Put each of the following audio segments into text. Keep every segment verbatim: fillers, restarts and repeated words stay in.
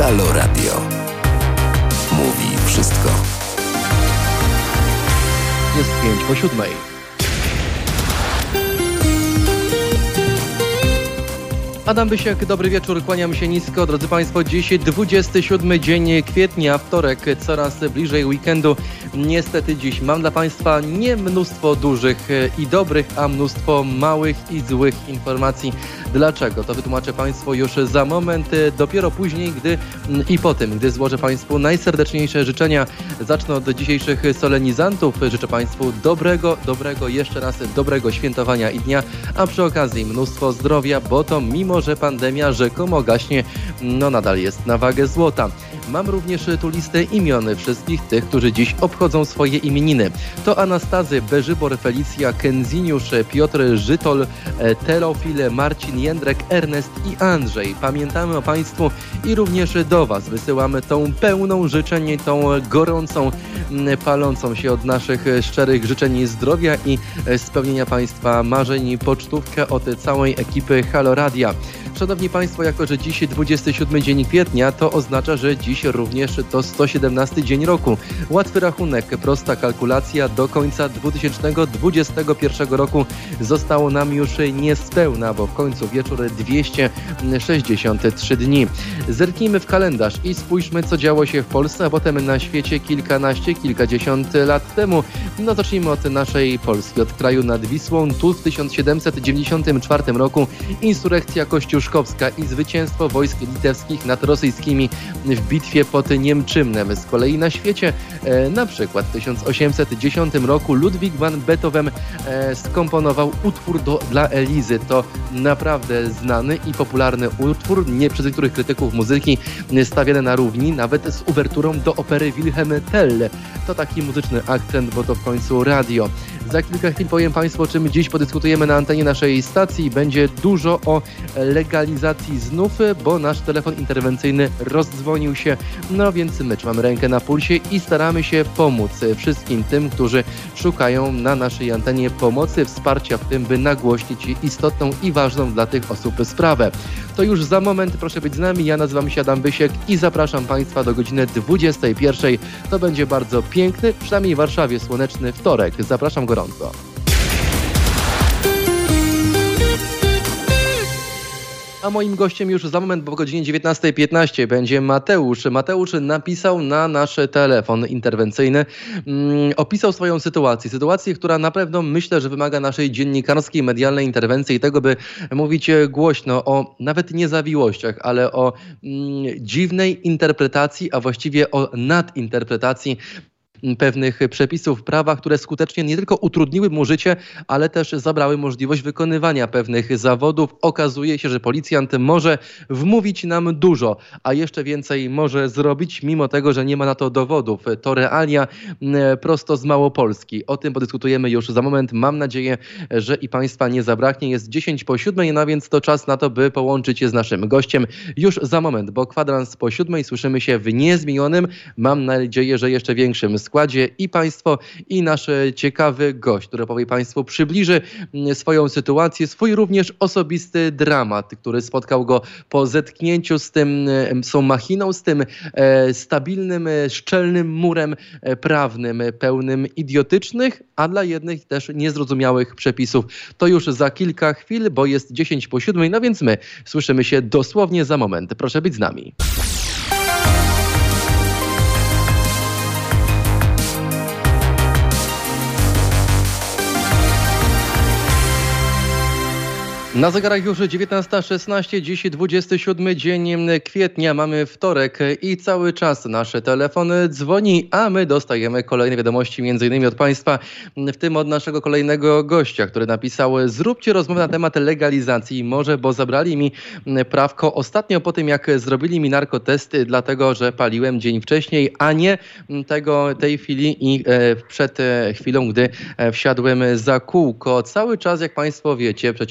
Halo Radio. Mówi wszystko. Jest pięć po siódmej. Adam Bysiek, dobry wieczór, kłaniam się nisko. Drodzy Państwo, dziś dwudziesty siódmy dzień kwietnia, wtorek, coraz bliżej weekendu. Niestety dziś mam dla Państwa nie mnóstwo dużych i dobrych, a mnóstwo małych i złych informacji. Dlaczego? To wytłumaczę Państwu już za moment, dopiero później, gdy i po tym, gdy złożę Państwu najserdeczniejsze życzenia. Zacznę od dzisiejszych solenizantów. Życzę Państwu dobrego, dobrego, jeszcze raz dobrego świętowania i dnia, a przy okazji mnóstwo zdrowia, bo to mimo, że pandemia rzekomo gaśnie, no nadal jest na wagę złota. Mam również tu listę imion wszystkich tych, którzy dziś obchodzą swoje imieniny. To Anastazy, Beżybor, Felicja, Kenziniusz, Piotr, Żytol, Teofil, Marcin, Jędrek, Ernest i Andrzej. Pamiętamy o Państwu i również do Was wysyłamy tą pełną życzeń, tą gorącą, palącą się od naszych szczerych życzeń zdrowia i spełnienia Państwa marzeń pocztówkę od całej ekipy Halo Radia. Szanowni Państwo, jako że dziś dwudziesty siódmy dzień kwietnia, to oznacza, że dziś również to sto siedemnasty dzień roku. Łatwy rachunek, prosta kalkulacja. Do końca dwa tysiące dwudziestego pierwszego roku zostało nam już niespełna, bo w końcu wieczór dwieście sześćdziesiąt trzy dni. Zerknijmy w kalendarz i spójrzmy, co działo się w Polsce, a potem na świecie kilkanaście, kilkadziesiąt lat temu. No zacznijmy od naszej Polski, od kraju nad Wisłą. Tu w tysiąc siedemset dziewięćdziesiątym czwartym roku insurekcja kościuszkowska i zwycięstwo wojsk litewskich nad rosyjskimi w bitwie pod Niemczymnem. Z kolei na świecie e, na przykład w tysiąc osiemset dziesiątym roku Ludwig van Beethoven e, skomponował utwór do, dla Elizy. To naprawdę znany i popularny utwór, nie przez niektórych krytyków muzyki stawiany na równi nawet z uwerturą do opery Wilhelm Tell. To taki muzyczny akcent, bo to w końcu radio. Za kilka chwil powiem Państwu, o czym dziś podyskutujemy na antenie naszej stacji. Będzie dużo o legalizacji znów, bo nasz telefon interwencyjny rozdzwonił się. No więc my trzymamy rękę na pulsie i staramy się pomóc wszystkim tym, którzy szukają na naszej antenie pomocy, wsparcia w tym, by nagłośnić istotną i ważną dla tych osób sprawę. To już za moment, proszę być z nami. Ja nazywam się Adam Bysiek i zapraszam Państwa do godziny dwudziestej pierwszej. To będzie bardzo piękny, przynajmniej w Warszawie słoneczny wtorek. Zapraszam gorąco. A moim gościem już za moment, bo o godzinie dziewiętnasta piętnaście będzie Mateusz. Mateusz napisał na nasz telefon interwencyjny, mm, opisał swoją sytuację. Sytuację, która na pewno myślę, że wymaga naszej dziennikarskiej, medialnej interwencji i tego, by mówić głośno o nawet nie zawiłościach, ale o mm, dziwnej interpretacji, a właściwie o nadinterpretacji pewnych przepisów prawa, które skutecznie nie tylko utrudniły mu życie, ale też zabrały możliwość wykonywania pewnych zawodów. Okazuje się, że policjant może wmówić nam dużo, a jeszcze więcej może zrobić, mimo tego, że nie ma na to dowodów. To realia prosto z Małopolski. O tym podyskutujemy już za moment. Mam nadzieję, że i Państwa nie zabraknie. Jest dziesięć po siódmej, no więc to czas na to, by połączyć się z naszym gościem już za moment, bo kwadrans po siódmej słyszymy się w niezmienionym, mam nadzieję, że jeszcze większym składzie i Państwo, i nasz ciekawy gość, który powie Państwu, przybliży swoją sytuację, swój również osobisty dramat, który spotkał go po zetknięciu z tym, z tą machiną, z tym e, stabilnym, szczelnym murem prawnym, pełnym idiotycznych, a dla jednych też niezrozumiałych przepisów. To już za kilka chwil, bo jest dziesięć po siódmej, no więc my słyszymy się dosłownie za moment. Proszę być z nami. Na zegarach już dziewiętnasta szesnaście, dziś dwudziesty siódmy dzień kwietnia, mamy wtorek i cały czas nasz telefon dzwoni, a my dostajemy kolejne wiadomości, między innymi od Państwa, w tym od naszego kolejnego gościa, który napisał: zróbcie rozmowę na temat legalizacji, może, bo zabrali mi prawko ostatnio po tym, jak zrobili mi narkotesty, dlatego że paliłem dzień wcześniej, a nie tego, tej chwili i przed chwilą, gdy wsiadłem za kółko. Cały czas, jak Państwo wiecie, przecież w Polsce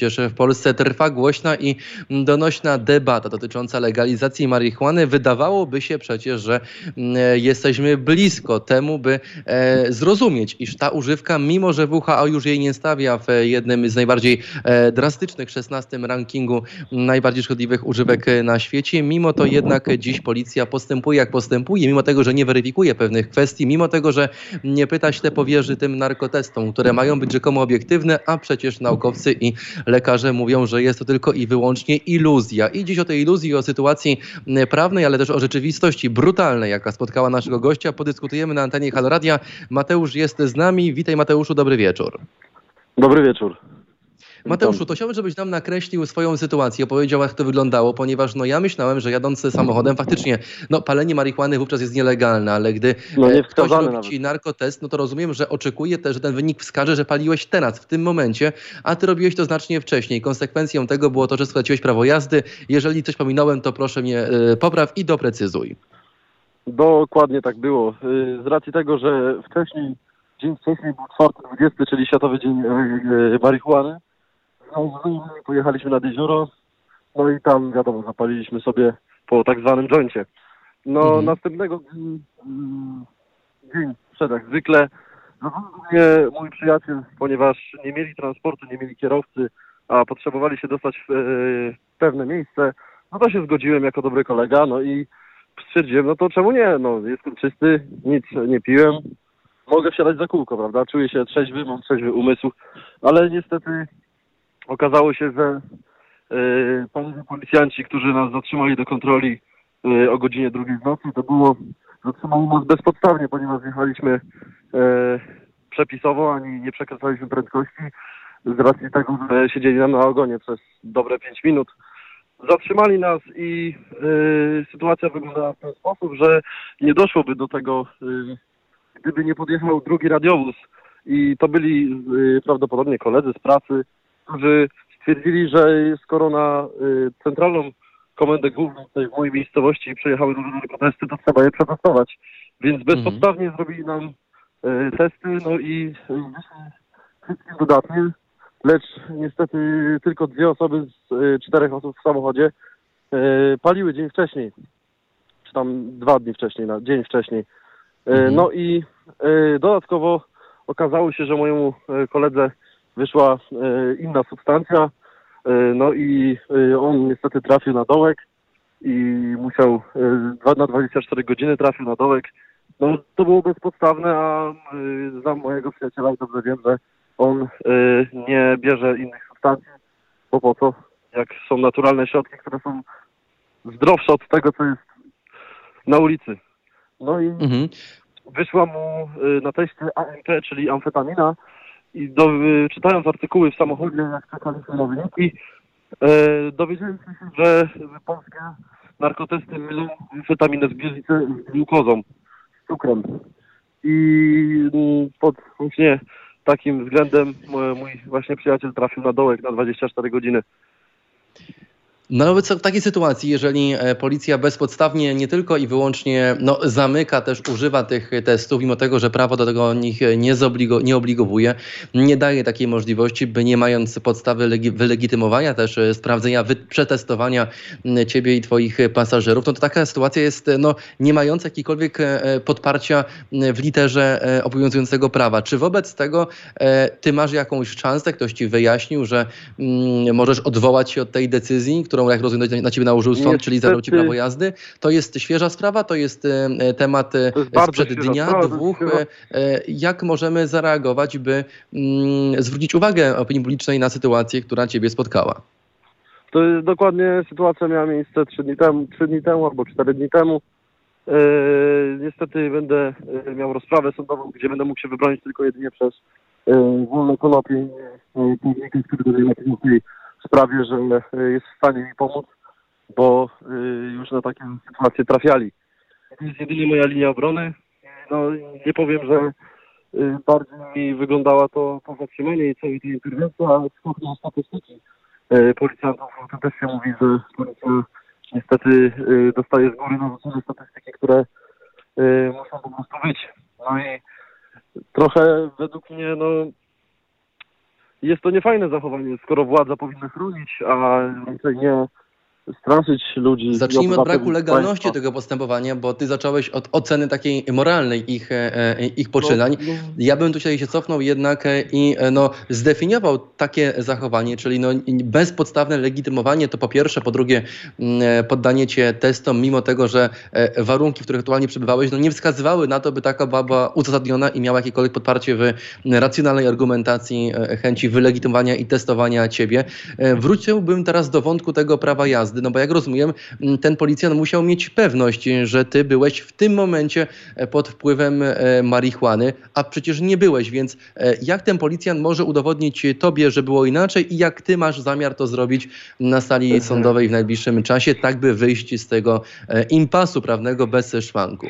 Polsce trwa głośna i donośna debata dotycząca legalizacji marihuany. Wydawałoby się przecież, że jesteśmy blisko temu, by zrozumieć, iż ta używka, mimo że W H O już jej nie stawia w jednym z najbardziej drastycznych, szesnastym rankingu najbardziej szkodliwych używek na świecie, mimo to jednak dziś policja postępuje jak postępuje, mimo tego, że nie weryfikuje pewnych kwestii, mimo tego, że nie pyta ślepowierzy tym narkotestom, które mają być rzekomo obiektywne, a przecież naukowcy i lekarze mówią, że jest to tylko i wyłącznie iluzja. I dziś o tej iluzji, o sytuacji prawnej, ale też o rzeczywistości brutalnej, jaka spotkała naszego gościa, podyskutujemy na antenie Halo Radia. Mateusz jest z nami. Witaj, Mateuszu, dobry wieczór. Dobry wieczór. Mateuszu, to chciałbym, żebyś nam nakreślił swoją sytuację, opowiedział, jak to wyglądało, ponieważ no ja myślałem, że jadąc samochodem faktycznie, no palenie marihuany wówczas jest nielegalne, ale gdy no nie ktoś robi nawet. ci narkotest, no to rozumiem, że oczekuje też, że ten wynik wskaże, że paliłeś teraz, w tym momencie, a ty robiłeś to znacznie wcześniej. Konsekwencją tego było to, że straciłeś prawo jazdy. Jeżeli coś pominąłem, to proszę mnie y, popraw i doprecyzuj. Dokładnie tak było. Z racji tego, że wcześniej, dzień wcześniej był czwarty dwudziesty, czyli Światowy Dzień Marihuany, no, pojechaliśmy nad jezioro, no i tam, wiadomo, zapaliliśmy sobie po tak zwanym joincie. No, Mhm. następnego dnia, dzień przed jak zwykle, zadzwonił mnie mój przyjaciel, ponieważ nie mieli transportu, nie mieli kierowcy, a potrzebowali się dostać w e, pewne miejsce, no to się zgodziłem jako dobry kolega, no i stwierdziłem, no to czemu nie, no jestem czysty, nic nie piłem, mogę wsiadać za kółko, prawda, czuję się trzeźwy, mam trzeźwy umysł, ale niestety okazało się, że yy, panowie policjanci, którzy nas zatrzymali do kontroli yy, o godzinie drugiej w nocy, to było, zatrzymali nas bezpodstawnie, ponieważ jechaliśmy yy, przepisowo, ani nie przekraczaliśmy prędkości, z racji tego, że siedzieli nam na ogonie przez dobre pięć minut. Zatrzymali nas i yy, sytuacja wyglądała w ten sposób, że nie doszłoby do tego, yy, gdyby nie podjechał drugi radiowóz. I to byli yy, prawdopodobnie koledzy z pracy, którzy stwierdzili, że skoro na y, centralną komendę główną tutaj w mojej miejscowości przyjechały różne protesty, to trzeba je przetestować. Więc bezpodstawnie mm. zrobili nam y, testy, no i wyszli wszystkim dodatnie, lecz niestety tylko dwie osoby z y, czterech osób w samochodzie y, paliły dzień wcześniej, czy tam dwa dni wcześniej, na dzień wcześniej. Y, mm. No i y, dodatkowo okazało się, że mojemu y, koledze wyszła e, inna substancja, e, no i e, on niestety trafił na dołek i musiał e, na dwadzieścia cztery godziny trafił na dołek. No to było bezpodstawne, a e, znam mojego przyjaciela i dobrze wiem, że on e, nie bierze innych substancji, bo po co, jak są naturalne środki, które są zdrowsze od tego, co jest na ulicy. No i mhm. wyszła mu e, na teście A M P, czyli amfetamina. I do, czytając artykuły w samochodzie, jak czekaliśmy na wyniki, e, dowiedziałem się, że polskie narkotesty mylą amfetaminę z, z glukozą, z cukrem. I pod właśnie takim względem mój właśnie przyjaciel trafił na dołek na dwadzieścia cztery godziny. No wobec takiej sytuacji, jeżeli policja bezpodstawnie nie tylko i wyłącznie no, zamyka, też używa tych testów, mimo tego, że prawo do tego nich nie, zobligo, nie obligowuje, nie daje takiej możliwości, by nie mając podstawy legi- wylegitymowania, też sprawdzenia, wy- przetestowania ciebie i twoich pasażerów, no to taka sytuacja jest no, nie mająca jakiejkolwiek podparcia w literze obowiązującego prawa. Czy wobec tego ty masz jakąś szansę, ktoś ci wyjaśnił, że mm, możesz odwołać się od tej decyzji, którą jak rozumiem na ciebie nałożył sąd, Niestety, czyli zabrał ci prawo jazdy? To jest świeża sprawa? To jest e, temat e, sprzed dnia, sprawa, dwóch. E, jak możemy zareagować, by mm, zwrócić uwagę opinii publicznej na sytuację, która ciebie spotkała? To jest dokładnie sytuacja miała miejsce trzy dni temu, trzy dni temu albo cztery dni temu. E, niestety będę miał rozprawę sądową, gdzie będę mógł się wybronić tylko jedynie przez e, wolne konopie publika, który dodaje w tej sprawie, że jest w stanie mi pomóc, bo już na taką sytuację trafiali. To jest jedynie moja linia obrony. No nie powiem, że bardziej mi wyglądała to, to zatrzymanie i cała ta interwencja, ale skok na statystyki policjantów. To też się mówi, że policja niestety dostaje z góry narzucone statystyki, które muszą po prostu być. No i trochę według mnie, no jest to niefajne zachowanie, skoro władza powinna chronić, a raczej nie straszyć ludzi. Zacznijmy od braku legalności państwa. tego postępowania, bo ty zacząłeś od oceny takiej moralnej ich, e, ich poczynań. No, no. Ja bym tutaj się cofnął jednak e, i e, no, zdefiniował takie zachowanie, czyli no, bezpodstawne legitymowanie to po pierwsze, po drugie m, poddanie cię testom, mimo tego, że e, warunki, w których aktualnie przebywałeś, no, nie wskazywały na to, by taka była, była uzasadniona i miała jakiekolwiek podparcie w racjonalnej argumentacji e, chęci wylegitymowania i testowania ciebie. E, wróciłbym teraz do wątku tego prawa jazdy. No bo jak rozumiem, ten policjant musiał mieć pewność, że ty byłeś w tym momencie pod wpływem marihuany, a przecież nie byłeś, więc jak ten policjant może udowodnić tobie, że było inaczej i jak ty masz zamiar to zrobić na sali mhm. sądowej w najbliższym czasie, tak by wyjść z tego impasu prawnego bez szwanku?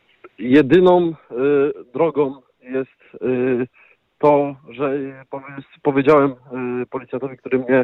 Jedyną y, drogą jest y, to, że powie, powiedziałem y, policjantowi, który mnie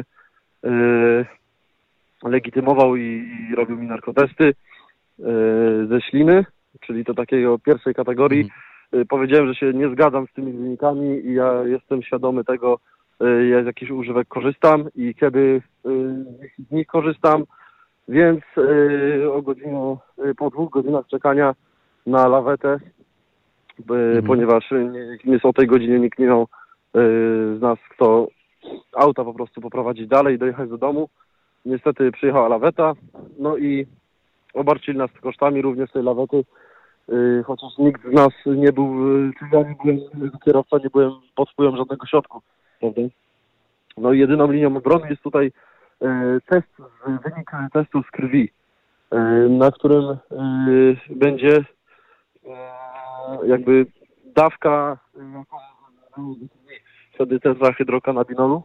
y, legitymował i, i robił mi narkotesty yy, ze śliny, czyli to takiego pierwszej kategorii. Mm. Yy, powiedziałem, że się nie zgadzam z tymi wynikami i ja jestem świadomy tego, yy, ja z jakichś używek korzystam i kiedy yy, z nich korzystam, więc yy, o godzinie, yy, po dwóch godzinach czekania na lawetę, yy, mm. ponieważ nie, nie o tej godzinie nikt nie miał yy, z nas kto auta po prostu poprowadzić dalej i dojechać do domu. Niestety przyjechała laweta, no i obarczyli nas kosztami również tej lawety, yy, chociaż nikt z nas nie był, yy, czy ja nie byłem, kierowca nie byłem pod wpływem żadnego środku, prawda? No i jedyną linią obrony jest tutaj yy, test, wynik testu z krwi, yy, na którym yy, będzie yy, jakby dawka, jaką wtedy tetrahydrokanabinolu.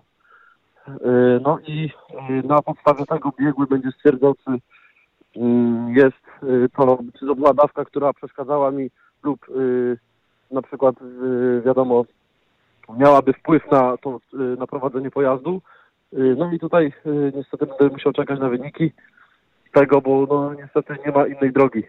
No i na podstawie tego biegły będzie stwierdzał, czy jest to, czy to była dawka, która przeszkadzała mi lub na przykład wiadomo miałaby wpływ na to, na prowadzenie pojazdu. No i tutaj niestety będę musiał czekać na wyniki tego, bo no niestety nie ma innej drogi.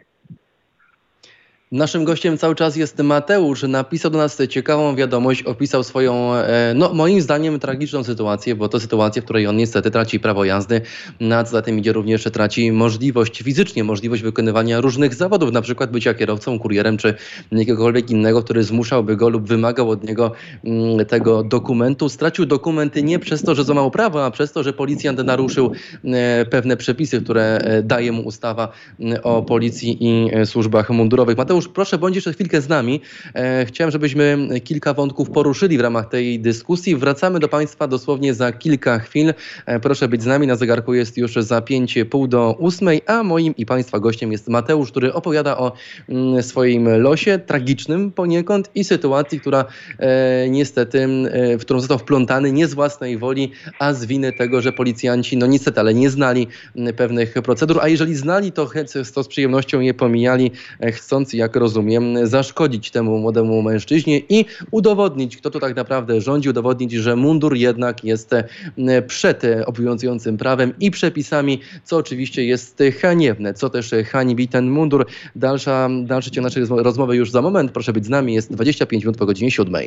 Naszym gościem cały czas jest Mateusz. Napisał do nas ciekawą wiadomość, opisał swoją, no moim zdaniem tragiczną sytuację, bo to sytuacja, w której on niestety traci prawo jazdy, a co za tym idzie również traci możliwość, fizycznie możliwość wykonywania różnych zawodów, na przykład bycia kierowcą, kurierem czy jakiegokolwiek innego, który zmuszałby go lub wymagał od niego tego dokumentu. Stracił dokumenty nie przez to, że złamał prawo, a przez to, że policjant naruszył pewne przepisy, które daje mu ustawa o policji i służbach mundurowych. Mateusz, proszę, bądź jeszcze chwilkę z nami. E, chciałem, żebyśmy kilka wątków poruszyli w ramach tej dyskusji. Wracamy do Państwa dosłownie za kilka chwil. E, proszę być z nami. Na zegarku jest już za pięć pół do ósmej, a moim i Państwa gościem jest Mateusz, który opowiada o mm, swoim losie, tragicznym poniekąd i sytuacji, która e, niestety, e, w którą został wplątany nie z własnej woli, a z winy tego, że policjanci, no niestety, ale nie znali m, pewnych procedur, a jeżeli znali, to, to z przyjemnością je pomijali, e, chcąc, jak rozumiem, zaszkodzić temu młodemu mężczyźnie i udowodnić, kto tu tak naprawdę rządzi, udowodnić, że mundur jednak jest przed obowiązującym prawem i przepisami, co oczywiście jest haniebne, co też hańbi ten mundur. Dalsza, dalszy ciąg naszej rozmowy już za moment. Proszę być z nami, jest dwadzieścia pięć minut po godzinie siódmej.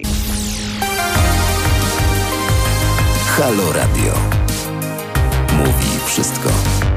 Halo Radio. Mówi wszystko.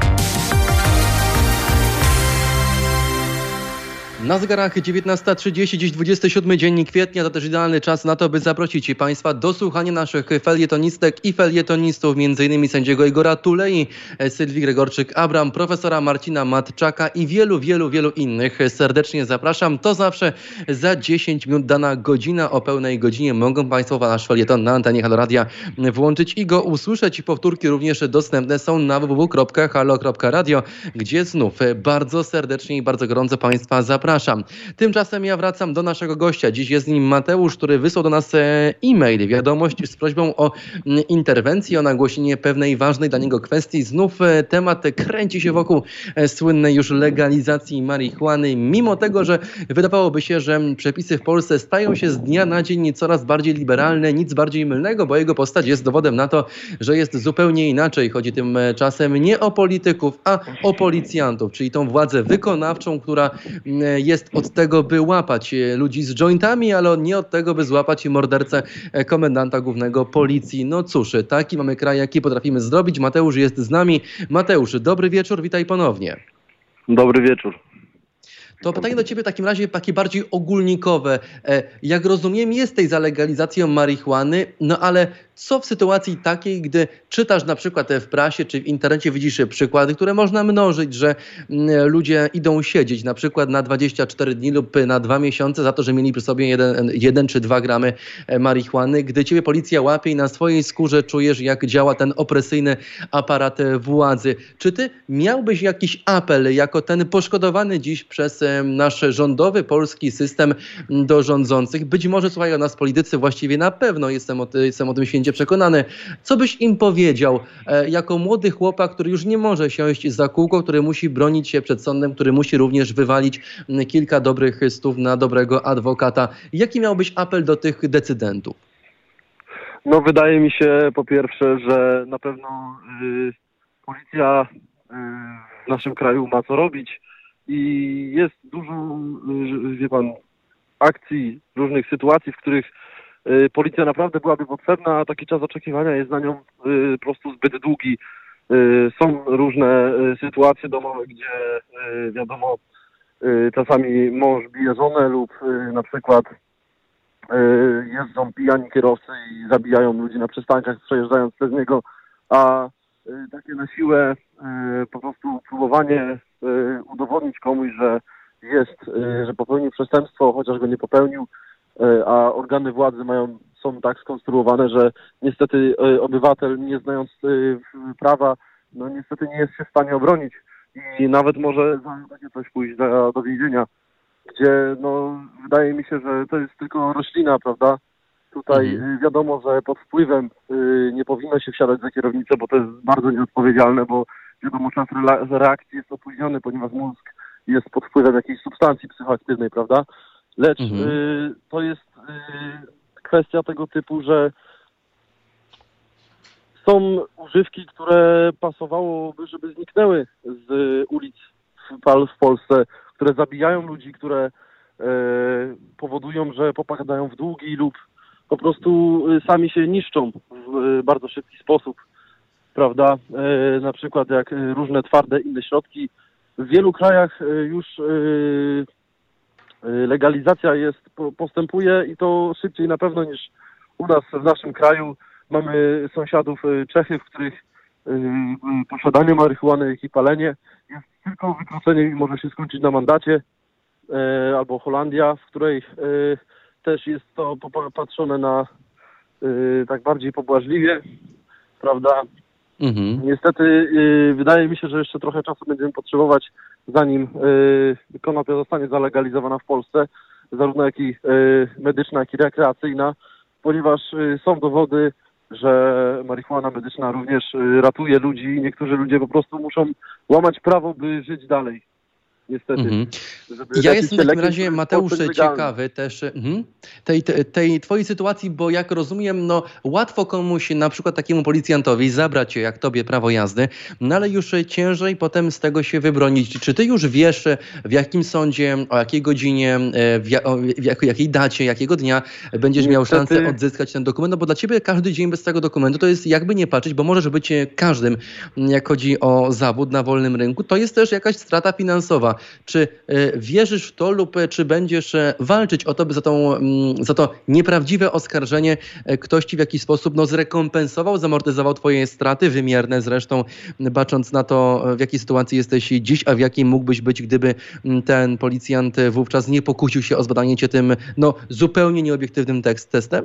Na zegarach dziewiętnasta trzydzieści, dziś dwudziesty siódmy dzień kwietnia, to też idealny czas na to, by zaprosić Państwa do słuchania naszych felietonistek i felietonistów, między innymi sędziego Igora Tulei, Sylwii Gregorczyk-Abram, profesora Marcina Matczaka i wielu, wielu, wielu innych. Serdecznie zapraszam. To zawsze za dziesięć minut dana godzina. O pełnej godzinie mogą Państwo nasz felieton na antenie Halo Radia włączyć i go usłyszeć. Powtórki również dostępne są na w w w kropka halo kropka radio, gdzie znów bardzo serdecznie i bardzo gorąco Państwa zapraszam. Zapraszam. Tymczasem ja wracam do naszego gościa. Dziś jest nim Mateusz, który wysłał do nas e-mail, wiadomość z prośbą o interwencję, o nagłośnienie pewnej ważnej dla niego kwestii. Znów temat kręci się wokół słynnej już legalizacji marihuany, mimo tego, że wydawałoby się, że przepisy w Polsce stają się z dnia na dzień coraz bardziej liberalne, nic bardziej mylnego, bo jego postać jest dowodem na to, że jest zupełnie inaczej. Chodzi tymczasem nie o polityków, a o policjantów, czyli tą władzę wykonawczą, która jest od tego, by łapać ludzi z jointami, ale nie od tego, by złapać mordercę komendanta głównego policji. No cóż, taki mamy kraj, jaki potrafimy zrobić. Mateusz jest z nami. Mateusz, dobry wieczór, witaj ponownie. Dobry wieczór. To pytanie do ciebie w takim razie takie bardziej ogólnikowe. Jak rozumiem, jesteś za legalizacją marihuany, no ale co w sytuacji takiej, gdy czytasz na przykład w prasie czy w internecie, widzisz przykłady, które można mnożyć, że ludzie idą siedzieć na przykład na dwadzieścia cztery dni lub na dwa miesiące za to, że mieli przy sobie jeden, jeden czy dwa gramy marihuany. Gdy ciebie policja łapie i na swojej skórze czujesz, jak działa ten opresyjny aparat władzy. Czy ty miałbyś jakiś apel jako ten poszkodowany dziś przez nasz rządowy polski system do rządzących? Być może słuchają nas politycy, właściwie na pewno jestem o, jestem o tym święcie przekonany. Co byś im powiedział e, jako młody chłopak, który już nie może siąść za kółko, który musi bronić się przed sądem, który musi również wywalić m, kilka dobrych stów na dobrego adwokata? Jaki miałbyś apel do tych decydentów? No wydaje mi się po pierwsze, że na pewno y, policja y, w naszym kraju ma co robić i jest dużo, y, wie pan, akcji, różnych sytuacji, w których y, policja naprawdę byłaby potrzebna, a taki czas oczekiwania jest na nią y, po prostu zbyt długi. Y, są różne y, sytuacje domowe, gdzie y, wiadomo, y, czasami mąż bije żonę lub y, na przykład jeżdżą pijani kierowcy i zabijają ludzi na przystankach, przejeżdżając przez niego, a y, takie na siłę y, po prostu próbowanie y, udowodnić komuś, że jest, y, że popełnił przestępstwo, chociaż go nie popełnił, y, a organy władzy mają, są tak skonstruowane, że niestety y, obywatel, nie znając y, prawa, no niestety nie jest się w stanie obronić i nawet może za takie coś pójść do, do więzienia, gdzie no wydaje mi się, że to jest tylko roślina, prawda? Tutaj Mhm. y, wiadomo, że pod wpływem y, nie powinno się wsiadać za kierownicę, bo to jest bardzo nieodpowiedzialne, bo wiadomo, czas rela- reakcji jest opóźniony, ponieważ mózg jest pod wpływem jakiejś substancji psychoaktywnej, prawda? Lecz Mhm. y, to jest y, kwestia tego typu, że są używki, które pasowałoby, żeby zniknęły z ulic w, Pal- w Polsce, które zabijają ludzi, które e, powodują, że popadają w długi lub po prostu e, sami się niszczą w e, bardzo szybki sposób, prawda? E, na przykład jak e, różne twarde inne środki. W wielu krajach e, już e, e, legalizacja jest, po, postępuje i to szybciej na pewno niż u nas w naszym kraju. Mamy sąsiadów e, Czechy, w których e, posiadanie marihuany, jak i palenie jest tylko wykroczeniem i może się skończyć na mandacie, e, albo Holandia, w której e, też jest to patrzone na e, tak bardziej pobłażliwie, prawda? Mhm. Niestety e, wydaje mi się, że jeszcze trochę czasu będziemy potrzebować, zanim e, konopia zostanie zalegalizowana w Polsce, zarówno jak i e, medyczna, jak i rekreacyjna, ponieważ e, są dowody, że marihuana medyczna również y, ratuje ludzi i niektórzy ludzie po prostu muszą łamać prawo, by żyć dalej. Niestety. Mhm. Żeby Ja leczyć jestem się w takim lekiem, razie, który jest Mateusz, legalny. ciekawy też mhm, tej, tej, tej twojej sytuacji, bo jak rozumiem, no łatwo komuś, na przykład takiemu policjantowi, zabrać jak tobie prawo jazdy, no ale już ciężej potem z tego się wybronić. Czy ty już wiesz, w jakim sądzie, o jakiej godzinie, w, ja, o, w jak, jakiej dacie, jakiego dnia będziesz Niestety. miał szansę odzyskać ten dokument? No bo dla ciebie każdy dzień bez tego dokumentu to jest jakby nie patrzeć, bo możesz być każdym, jak chodzi o zawód na wolnym rynku. To jest też jakaś strata finansowa. Czy y, wierzysz w to lub y, czy będziesz y, walczyć o to, by za, tą, y, za to nieprawdziwe oskarżenie y, ktoś ci w jakiś sposób no, zrekompensował, zamortyzował twoje straty, wymierne zresztą, y, bacząc na to, y, w jakiej sytuacji jesteś dziś, a w jakiej mógłbyś być, gdyby y, ten policjant y, wówczas nie pokusił się o zbadanie cię tym no, zupełnie nieobiektywnym tekst, testem?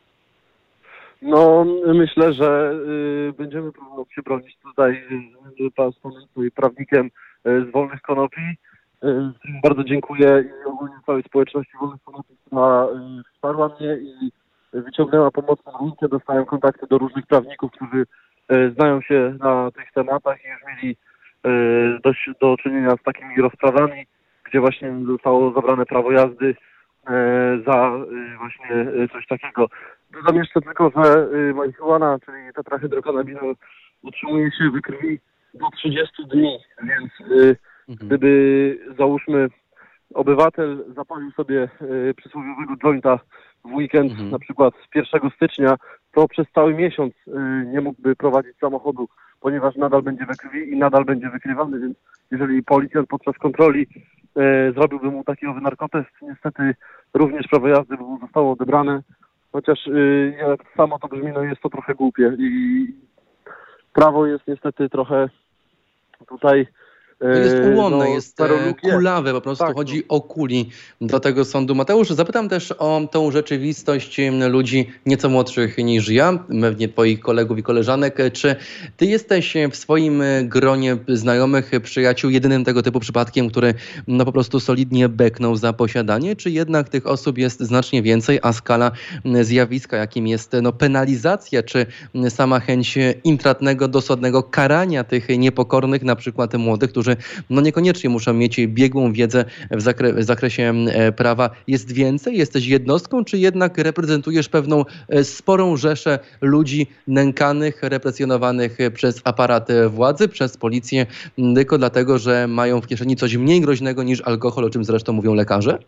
No myślę, że y, będziemy próbować się bronić tutaj y, pan z panem tutaj prawnikiem y, z Wolnych Konopi. Y, bardzo dziękuję i ogólnie całej społeczności Wolnych Konopi, która y, wsparła mnie i wyciągnęła pomocną rękę. Dostałem kontakty do różnych prawników, którzy y, znają się na tych tematach i już mieli y, do, do czynienia z takimi rozprawami, gdzie właśnie zostało zabrane prawo jazdy za właśnie coś takiego. Dodam jeszcze tylko, że marihuana, czyli tetrahydrokanabinol, utrzymuje się w krwi do trzydziestu dni, więc mhm. gdyby załóżmy obywatel zapalił sobie y, przysłowiowego jointa w weekend, Mhm. na przykład pierwszego stycznia, to przez cały miesiąc y, nie mógłby prowadzić samochodu, ponieważ nadal będzie we krwi i nadal będzie wykrywany, więc jeżeli policjant podczas kontroli y, zrobiłby mu taki owy narkotest, niestety również prawo jazdy by mu zostało odebrane, chociaż y, jak samo to brzmi, no jest to trochę głupie i prawo jest niestety trochę tutaj... To jest ułomne, no, jest e, kulawe, po prostu tak, chodzi o kuli do tego sądu. Mateusz, zapytam też o tą rzeczywistość ludzi nieco młodszych niż ja, pewnie twoich kolegów i koleżanek. Czy ty jesteś w swoim gronie znajomych, przyjaciół jedynym tego typu przypadkiem, który no po prostu solidnie beknął za posiadanie, czy jednak tych osób jest znacznie więcej, a skala zjawiska, jakim jest no, penalizacja, czy sama chęć intratnego, dosłownego karania tych niepokornych, na przykład młodych, którzy no niekoniecznie muszą mieć biegłą wiedzę w, zakre- w zakresie e, prawa. Jest więcej? Jesteś jednostką, czy jednak reprezentujesz pewną e, sporą rzeszę ludzi nękanych, represjonowanych przez aparat władzy, przez policję, tylko dlatego, że mają w kieszeni coś mniej groźnego niż alkohol, o czym zresztą mówią lekarze?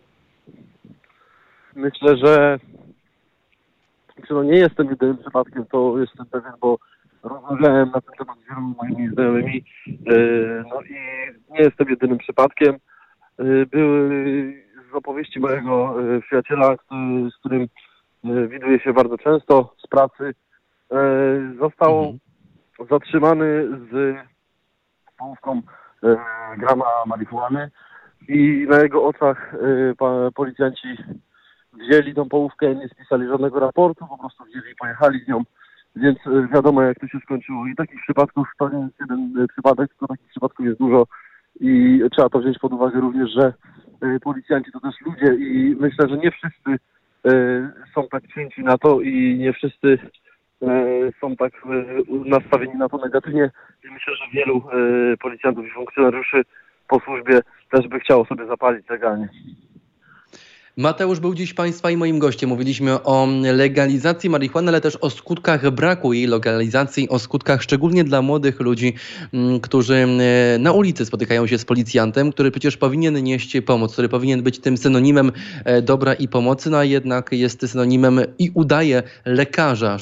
Myślę, że no nie jestem jedynym przypadkiem, to jestem pewien, bo rozmawiałem na ten temat z wieloma moimi znajomymi, no i nie jestem jedynym przypadkiem. Były z opowieści mojego przyjaciela, z którym widuję się bardzo często z pracy, został mhm. zatrzymany z połówką grama marihuany i na jego oczach policjanci wzięli tą połówkę, nie spisali żadnego raportu, po prostu wzięli i pojechali z nią. Więc wiadomo, jak to się skończyło. I takich przypadków to nie jest jeden przypadek, tylko takich przypadków jest dużo. I trzeba to wziąć pod uwagę również, że policjanci to też ludzie i myślę, że nie wszyscy są tak cięci na to i nie wszyscy są tak nastawieni na to negatywnie. I myślę, że wielu policjantów i funkcjonariuszy po służbie też by chciało sobie zapalić legalnie. Mateusz był dziś Państwa i moim gościem. Mówiliśmy o legalizacji marihuany, ale też o skutkach braku jej legalizacji, o skutkach szczególnie dla młodych ludzi, którzy na ulicy spotykają się z policjantem, który przecież powinien nieść pomoc, który powinien być tym synonimem dobra i pomocy, no a jednak jest synonimem i udaje lekarza,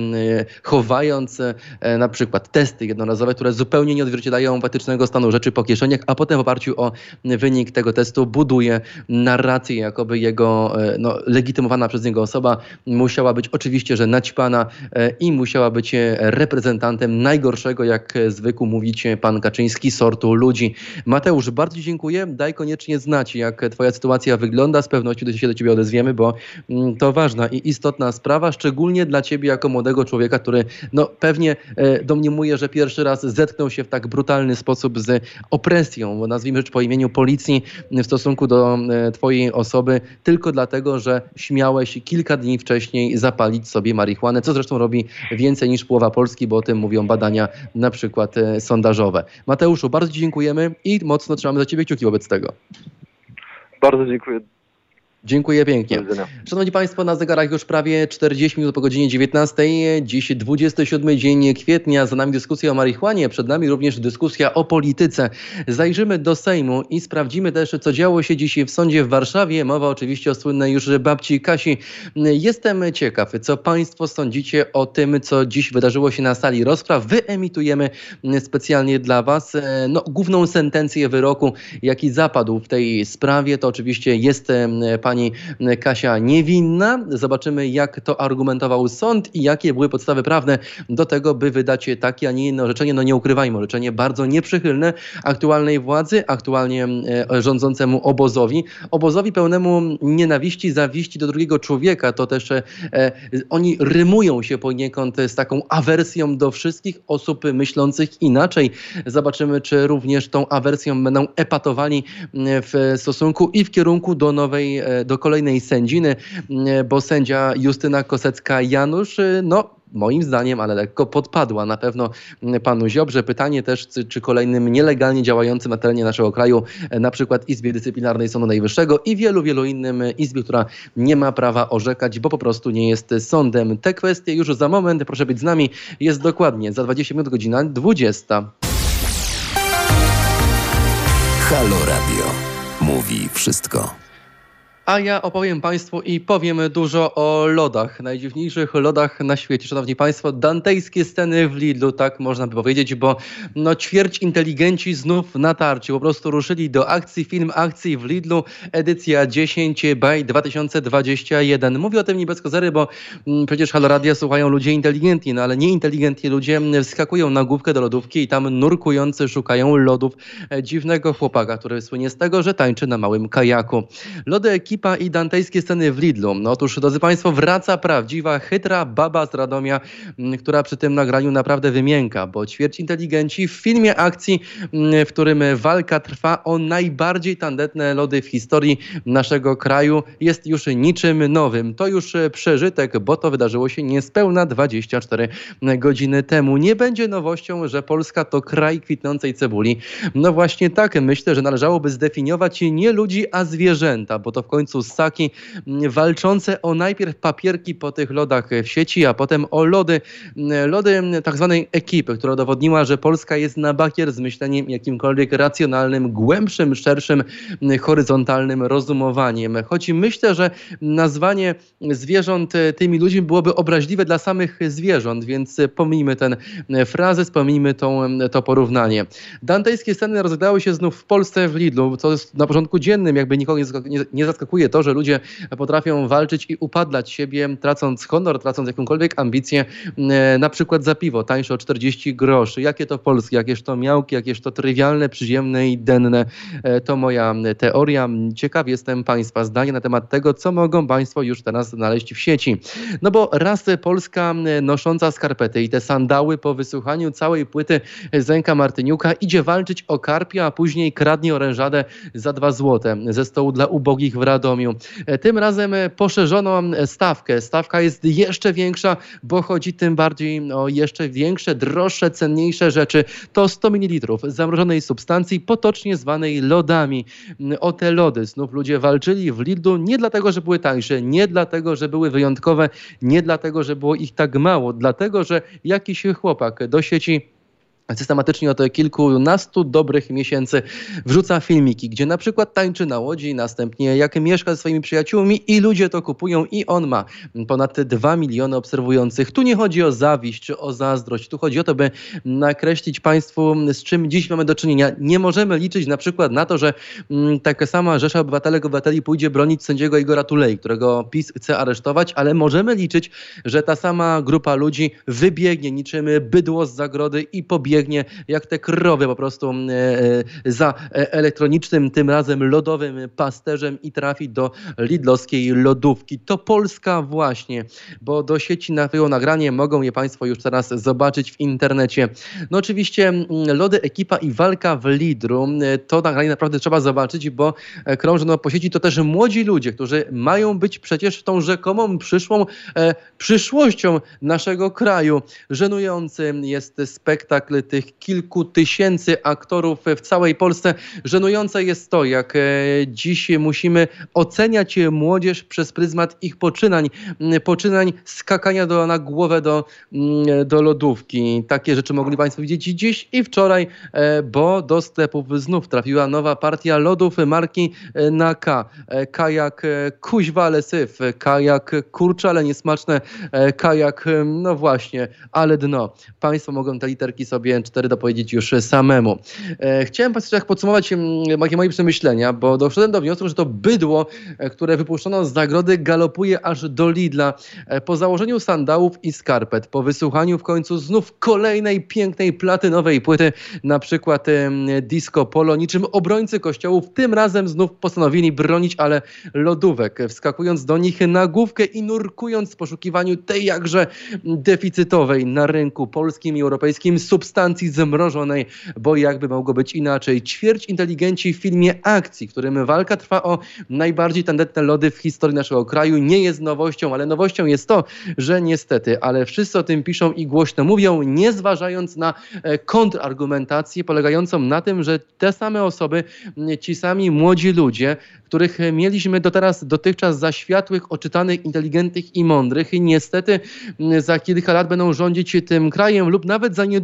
chowając na przykład testy jednorazowe, które zupełnie nie odzwierciedlają faktycznego stanu rzeczy po kieszeniach, a potem w oparciu o wynik tego testu buduje narrację, jakoby jego no, legitymowana przez niego osoba musiała być oczywiście, że naćpana i musiała być reprezentantem najgorszego, jak zwykł mówić pan Kaczyński, sortu ludzi. Mateusz, bardzo dziękuję. Daj koniecznie znać, jak twoja sytuacja wygląda. Z pewnością się do ciebie odezwiemy, bo to ważna i istotna sprawa, szczególnie dla ciebie jako młodego człowieka, który no, pewnie domniemuje, że pierwszy raz zetknął się w tak brutalny sposób z opresją, bo nazwijmy rzecz po imieniu policji w stosunku do twojej osoby, tylko dlatego, że śmiałeś kilka dni wcześniej zapalić sobie marihuanę, co zresztą robi więcej niż połowa Polski, bo o tym mówią badania na przykład sondażowe. Mateuszu, bardzo ci dziękujemy i mocno trzymamy za ciebie kciuki wobec tego. Bardzo dziękuję. Dziękuję pięknie. Szanowni Państwo, na zegarach już prawie czterdzieści minut po godzinie dziewiętnastej. Dziś dwudziesty siódmy dzień kwietnia. Za nami dyskusja o marihuanie. Przed nami również dyskusja o polityce. Zajrzymy do Sejmu i sprawdzimy też, co działo się dziś w sądzie w Warszawie. Mowa oczywiście o słynnej już babci Kasi. Jestem ciekaw, co Państwo sądzicie o tym, co dziś wydarzyło się na sali rozpraw. Wyemitujemy specjalnie dla Was no, główną sentencję wyroku, jaki zapadł w tej sprawie. To oczywiście jest pan pani Kasia niewinna. Zobaczymy, jak to argumentował sąd i jakie były podstawy prawne do tego, by wydać takie, a nie inne orzeczenie. No nie ukrywajmy, orzeczenie bardzo nieprzychylne aktualnej władzy, aktualnie rządzącemu obozowi. Obozowi pełnemu nienawiści, zawiści do drugiego człowieka. To też e, oni rymują się poniekąd z taką awersją do wszystkich osób myślących inaczej. Zobaczymy, czy również tą awersją będą epatowali w stosunku i w kierunku do nowej, do kolejnej sędziny, bo sędzia Justyna Kosecka-Janusz, no moim zdaniem, ale lekko podpadła na pewno panu Ziobrze. Pytanie też, czy kolejnym nielegalnie działającym na terenie naszego kraju, na przykład Izbie Dyscyplinarnej Sądu Najwyższego i wielu, wielu innym izbie, która nie ma prawa orzekać, bo po prostu nie jest sądem. Te kwestie już za moment, proszę być z nami, jest dokładnie za dwadzieścia minut, godzina dwudziesta. Halo Radio. mówi wszystko. A ja opowiem Państwu i powiem dużo o lodach, najdziwniejszych lodach na świecie. Szanowni Państwo, dantejskie sceny w Lidlu, tak można by powiedzieć, bo no ćwierć inteligenci znów na tarciu. Po prostu ruszyli do akcji, film akcji w Lidlu, edycja dziesięć maj dwa tysiące dwudziesty pierwszy. Mówię o tym nie bez kozery, bo mm, przecież Halo Radia słuchają ludzie inteligentni, no ale nieinteligentni ludzie wskakują na główkę do lodówki i tam nurkujący szukają lodów dziwnego chłopaka, który słynie z tego, że tańczy na małym kajaku. Lody ekipa i dantejskie sceny w Lidlu. No otóż, drodzy Państwo, wraca prawdziwa, chytra baba z Radomia, m, która przy tym nagraniu naprawdę wymięka, bo ćwierć inteligenci w filmie akcji, m, w którym walka trwa o najbardziej tandetne lody w historii naszego kraju, jest już niczym nowym. To już przeżytek, bo to wydarzyło się niespełna dwadzieścia cztery godziny temu. Nie będzie nowością, że Polska to kraj kwitnącej cebuli. No właśnie tak, myślę, że należałoby zdefiniować nie ludzi, a zwierzęta, bo to w końcu ssaki walczące o najpierw papierki po tych lodach w sieci, a potem o lody, lody tak zwanej ekipy, która udowodniła, że Polska jest na bakier z myśleniem jakimkolwiek racjonalnym, głębszym, szerszym, horyzontalnym rozumowaniem. Choć myślę, że nazwanie zwierząt tymi ludźmi byłoby obraźliwe dla samych zwierząt, więc pomijmy ten frazes, pomijmy tą, to porównanie. Dantejskie sceny rozegrały się znów w Polsce w Lidlu, co jest na porządku dziennym, jakby nikogo nie, nie zaskakuje to, że ludzie potrafią walczyć i upadlać siebie, tracąc honor, tracąc jakąkolwiek ambicję, na przykład za piwo, tańsze o czterdzieści groszy. Jakie to polskie, jakież to miałki, jakież to trywialne, przyziemne i denne. To moja teoria. Ciekaw jestem Państwa zdania na temat tego, co mogą Państwo już teraz znaleźć w sieci. No bo raz Polska nosząca skarpety i te sandały po wysłuchaniu całej płyty Zenka Martyniuka idzie walczyć o karpia, a później kradnie orężadę za dwa złote ze stołu dla ubogich w Radomiu. Tym razem poszerzono stawkę. Stawka jest jeszcze większa, bo chodzi tym bardziej o jeszcze większe, droższe, cenniejsze rzeczy. To sto mililitrów zamrożonej substancji, potocznie zwanej lodami. O te lody znów ludzie walczyli w Lidlu nie dlatego, że były tańsze, nie dlatego, że były wyjątkowe, nie dlatego, że było ich tak mało, dlatego, że jakiś chłopak do sieci systematycznie od kilkunastu dobrych miesięcy wrzuca filmiki, gdzie na przykład tańczy na łodzi, następnie jak mieszka ze swoimi przyjaciółmi i ludzie to kupują i on ma ponad dwa miliony obserwujących. Tu nie chodzi o zawiść czy o zazdrość, tu chodzi o to, by nakreślić Państwu, z czym dziś mamy do czynienia. Nie możemy liczyć na przykład na to, że m, taka sama rzesza obywatelek, obywateli pójdzie bronić sędziego Igora Tulei, którego PiS chce aresztować, ale możemy liczyć, że ta sama grupa ludzi wybiegnie niczym bydło z zagrody i pobiegnie jak te krowy po prostu e, za elektronicznym, tym razem lodowym pasterzem i trafi do lidlowskiej lodówki. To Polska właśnie, bo do sieci nabyło nagranie, mogą je Państwo już teraz zobaczyć w internecie. No oczywiście lody ekipa i walka w Lidlu, to nagranie naprawdę trzeba zobaczyć, bo krążą po sieci to też młodzi ludzie, którzy mają być przecież tą rzekomą przyszłą e, przyszłością naszego kraju. Żenujący jest spektakl tych kilku tysięcy aktorów w całej Polsce. Żenujące jest to, jak dziś musimy oceniać młodzież przez pryzmat ich poczynań, poczynań skakania do, na głowę do, do lodówki. Takie rzeczy mogli Państwo widzieć dziś i wczoraj, bo do sklepów znów trafiła nowa partia lodów marki na K. Kajak kuźwa, ale syf. Kajak kurcze, ale niesmaczne. Kajak, no właśnie, ale dno. Państwo mogą te literki sobie cztery dopowiedzieć już samemu. E, chciałem Państwu tak podsumować moje, moje przemyślenia, bo doszedłem do wniosku, że to bydło, które wypuszczono z zagrody, galopuje aż do Lidla. E, po założeniu sandałów i skarpet, po wysłuchaniu w końcu znów kolejnej pięknej platynowej płyty, na przykład e, Disco Polo, niczym obrońcy kościołów, tym razem znów postanowili bronić, ale lodówek, wskakując do nich na główkę i nurkując w poszukiwaniu tej jakże deficytowej na rynku polskim i europejskim substancji zamrożonej, bo jakby mogło być inaczej. Ćwierć inteligenci w filmie akcji, w którym walka trwa o najbardziej tandetne lody w historii naszego kraju, nie jest nowością, ale nowością jest to, że niestety, ale wszyscy o tym piszą i głośno mówią, nie zważając na kontrargumentację polegającą na tym, że te same osoby, ci sami młodzi ludzie, których mieliśmy do teraz, dotychczas za światłych, oczytanych, inteligentnych i mądrych, i niestety za kilka lat będą rządzić tym krajem lub nawet za niedługo, bo za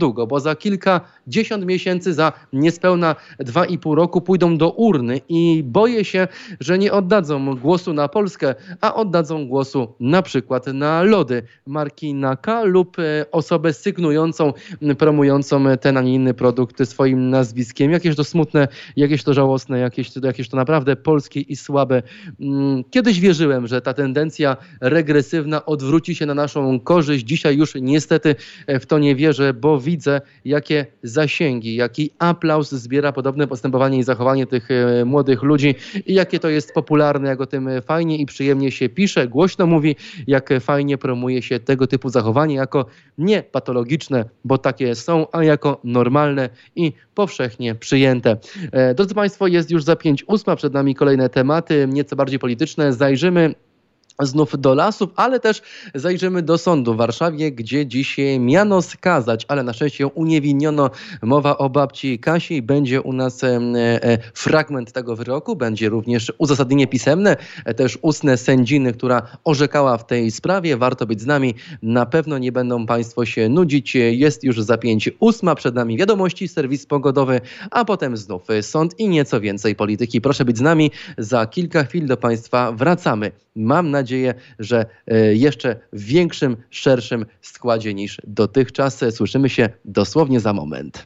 za kilkadziesiąt miesięcy, za niespełna dwa i pół roku pójdą do urny i boję się, że nie oddadzą głosu na Polskę, a oddadzą głosu na przykład na lody marki Naka lub osobę sygnującą, promującą ten, a nie inny produkt swoim nazwiskiem. Jakieś to smutne, jakieś to żałosne, jakieś, jakieś to naprawdę polskie i słabe. Kiedyś wierzyłem, że ta tendencja regresywna odwróci się na naszą korzyść. Dzisiaj już niestety w to nie wierzę, bo widzę, jakie zasięgi, jaki aplauz zbiera podobne postępowanie i zachowanie tych młodych ludzi i jakie to jest popularne, jak o tym fajnie i przyjemnie się pisze, głośno mówi, jak fajnie promuje się tego typu zachowanie jako nie patologiczne, bo takie są, a jako normalne i powszechnie przyjęte. Drodzy Państwo, jest już za pięć ósma, przed nami kolejne tematy, nieco bardziej polityczne. Zajrzymy znów do lasów, ale też zajrzymy do sądu w Warszawie, gdzie dziś miano skazać, ale na szczęście ją uniewinniono. Mowa o babci Kasi. Będzie u nas e, e, fragment tego wyroku, będzie również uzasadnienie pisemne, e, też ustne sędziny, która orzekała w tej sprawie. Warto być z nami. Na pewno nie będą Państwo się nudzić. Jest już za pięć ósma, przed nami wiadomości, serwis pogodowy, a potem znów sąd i nieco więcej polityki. Proszę być z nami. Za kilka chwil do Państwa wracamy. Mam nadzieję, że jeszcze w większym, szerszym składzie niż dotychczas. Słyszymy się dosłownie za moment.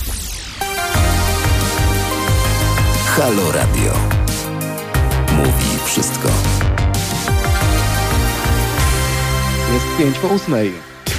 Halo Radio. Mówi wszystko. Jest pięć po ósmej.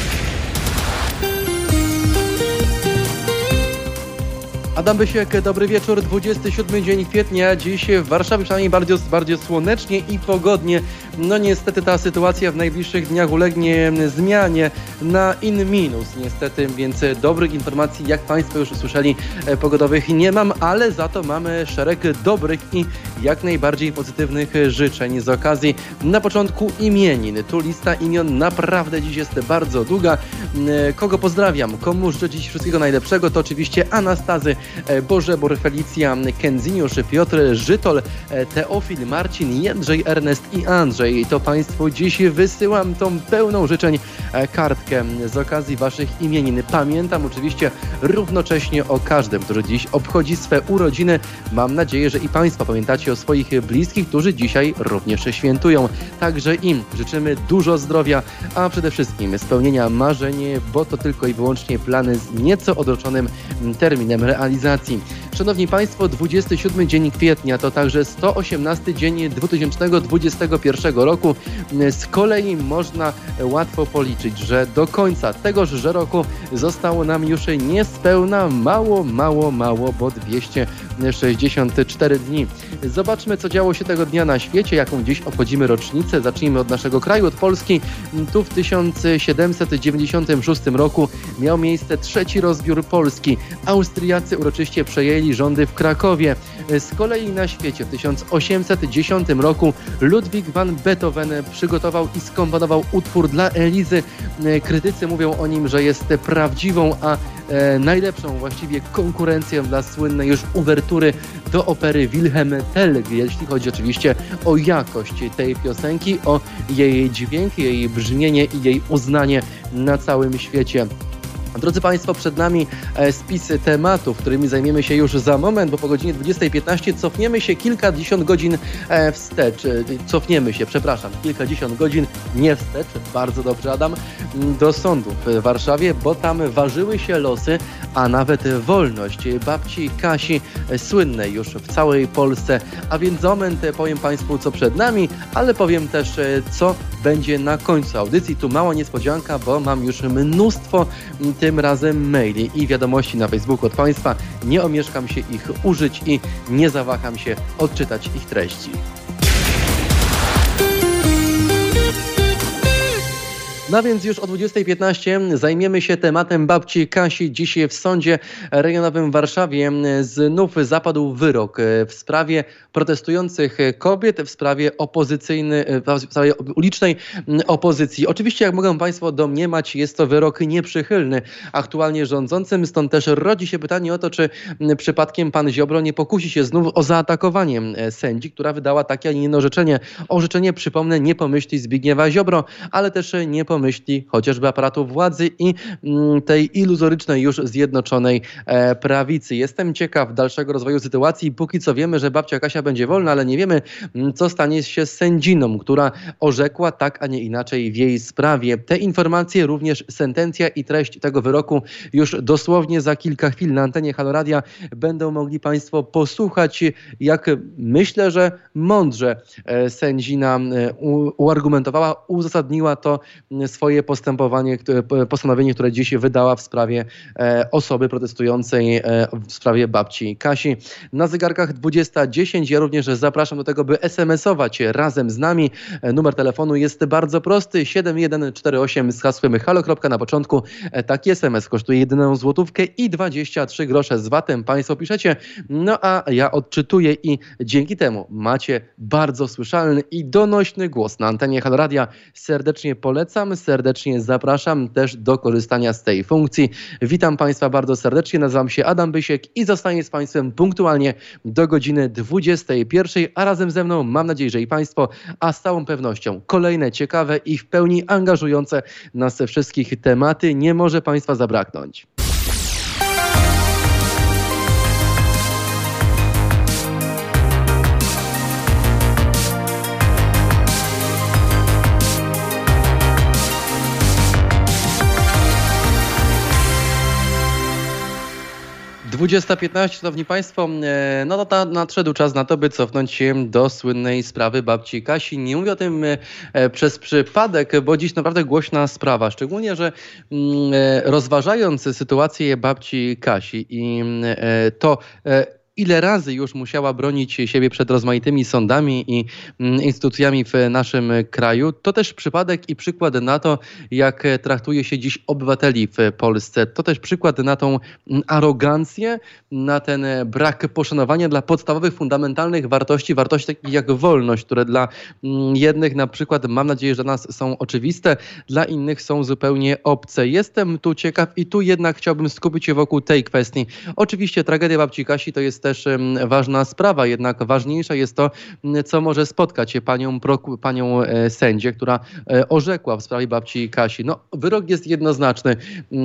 Adam Bysiek, dobry wieczór, dwudziesty siódmy dzień kwietnia, dziś w Warszawie przynajmniej bardziej, bardziej słonecznie i pogodnie. No niestety ta sytuacja w najbliższych dniach ulegnie zmianie na in minus niestety, więc dobrych informacji, jak Państwo już usłyszeli, pogodowych nie mam, ale za to mamy szereg dobrych i jak najbardziej pozytywnych życzeń z okazji na początku imienin. Tu lista imion naprawdę dziś jest bardzo długa. Kogo pozdrawiam, komu życzę dziś wszystkiego najlepszego, to oczywiście Anastazy, Bożebor, Felicja, Kędziniusz, Piotr, Żytol, Teofil, Marcin, Jędrzej, Ernest i Andrzej. I to Państwu dziś wysyłam tą pełną życzeń kartkę z okazji Waszych imienin. Pamiętam oczywiście równocześnie o każdym, który dziś obchodzi swe urodziny. Mam nadzieję, że i Państwo pamiętacie o swoich bliskich, którzy dzisiaj również świętują. Także im życzymy dużo zdrowia, a przede wszystkim spełnienia marzeń, bo to tylko i wyłącznie plany z nieco odroczonym terminem realizacji. Szanowni Państwo, dwudziesty siódmy dzień kwietnia to także sto osiemnasty dzień dwa tysiące dwudziestego pierwszego roku. Z kolei można łatwo policzyć, że do końca tegoż roku zostało nam już niespełna mało, mało, mało, bo dwieście sześćdziesiąt cztery dni. Zobaczmy, co działo się tego dnia na świecie, jaką dziś obchodzimy rocznicę. Zacznijmy od naszego kraju, od Polski. Tu w tysiąc siedemset dziewięćdziesiątym szóstym roku miał miejsce trzeci rozbiór Polski. Austriacy uroczyście przejęli rządy w Krakowie. Z kolei na świecie w tysiąc osiemset dziesiątym roku Ludwig van Beethoven przygotował i skomponował utwór dla Elizy. Krytycy mówią o nim, że jest prawdziwą, a e, najlepszą właściwie konkurencją dla słynnej już uwertury do opery Wilhelm Tell, jeśli chodzi oczywiście o jakość tej piosenki, o jej dźwięk, jej brzmienie i jej uznanie na całym świecie. Drodzy Państwo, przed nami spis tematów, którymi zajmiemy się już za moment, bo po godzinie dwudziestej piętnaście cofniemy się kilkadziesiąt godzin wstecz. Cofniemy się, przepraszam, kilkadziesiąt godzin nie wstecz, bardzo dobrze Adam, do sądu w Warszawie, bo tam ważyły się losy, a nawet wolność babci Kasi, słynnej już w całej Polsce. A więc za moment powiem Państwu, co przed nami, ale powiem też, co będzie na końcu audycji. Tu mała niespodzianka, bo mam już mnóstwo tym razem maili i wiadomości na Facebooku od Państwa. Nie omieszkam się ich użyć i nie zawaham się odczytać ich treści. No więc już o dwudziestej piętnaście zajmiemy się tematem babci Kasi. Dziś w sądzie rejonowym w Warszawie znów zapadł wyrok w sprawie protestujących kobiet, w sprawie opozycyjnej, w sprawie ulicznej opozycji. Oczywiście, jak mogą Państwo domniemać, jest to wyrok nieprzychylny aktualnie rządzącym, stąd też rodzi się pytanie o to, czy przypadkiem pan Ziobro nie pokusi się znów o zaatakowanie sędzi, która wydała takie, a nie inne orzeczenie. Orzeczenie, przypomnę, nie pomyśli Zbigniewa Ziobro, ale też nie pomyśli myśli chociażby aparatu władzy i mm, tej iluzorycznej już zjednoczonej e, prawicy. Jestem ciekaw dalszego rozwoju sytuacji. Póki co wiemy, że babcia Kasia będzie wolna, ale nie wiemy, co stanie się z sędziną, która orzekła tak, a nie inaczej w jej sprawie. Te informacje, również sentencja i treść tego wyroku już dosłownie za kilka chwil na antenie Halo Radia będą mogli Państwo posłuchać, jak myślę, że mądrze sędzina uargumentowała, uzasadniła to swoje postępowanie, postanowienie, które dziś wydała w sprawie osoby protestującej w sprawie babci Kasi. Na zegarkach dwudziesta dziesięć. Ja również zapraszam do tego, by es em esować razem z nami. Numer telefonu jest bardzo prosty. siedem jeden cztery osiem z hasłem halo. Na początku. Taki es em es kosztuje jedyną złotówkę i dwadzieścia trzy grosze z vatem. Państwo piszecie, no a ja odczytuję i dzięki temu macie bardzo słyszalny i donośny głos na antenie Halo Radia. Serdecznie polecam, serdecznie zapraszam też do korzystania z tej funkcji. Witam Państwa bardzo serdecznie. Nazywam się Adam Bysiek i zostaję z Państwem punktualnie do godziny dwudziestej pierwszej, a razem ze mną mam nadzieję, że i Państwo, a z całą pewnością kolejne ciekawe i w pełni angażujące nas wszystkich tematy nie może Państwa zabraknąć. dwudziesta piętnaście, szanowni Państwo, no to nadszedł czas na to, by cofnąć się do słynnej sprawy babci Kasi. Nie mówię o tym przez przypadek, bo dziś naprawdę głośna sprawa, szczególnie, że rozważając sytuację babci Kasi i to, ile razy już musiała bronić siebie przed rozmaitymi sądami i instytucjami w naszym kraju, to też przypadek i przykład na to, jak traktuje się dziś obywateli w Polsce. To też przykład na tą arogancję, na ten brak poszanowania dla podstawowych, fundamentalnych wartości, wartości takich jak wolność, które dla jednych na przykład, mam nadzieję, że dla nas są oczywiste, dla innych są zupełnie obce. Jestem tu ciekaw i tu jednak chciałbym skupić się wokół tej kwestii. Oczywiście tragedia babci Kasi to jest też ważna sprawa, jednak ważniejsze jest to, co może spotkać panią, proku, panią sędzię, która orzekła w sprawie babci Kasi. No, wyrok jest jednoznaczny.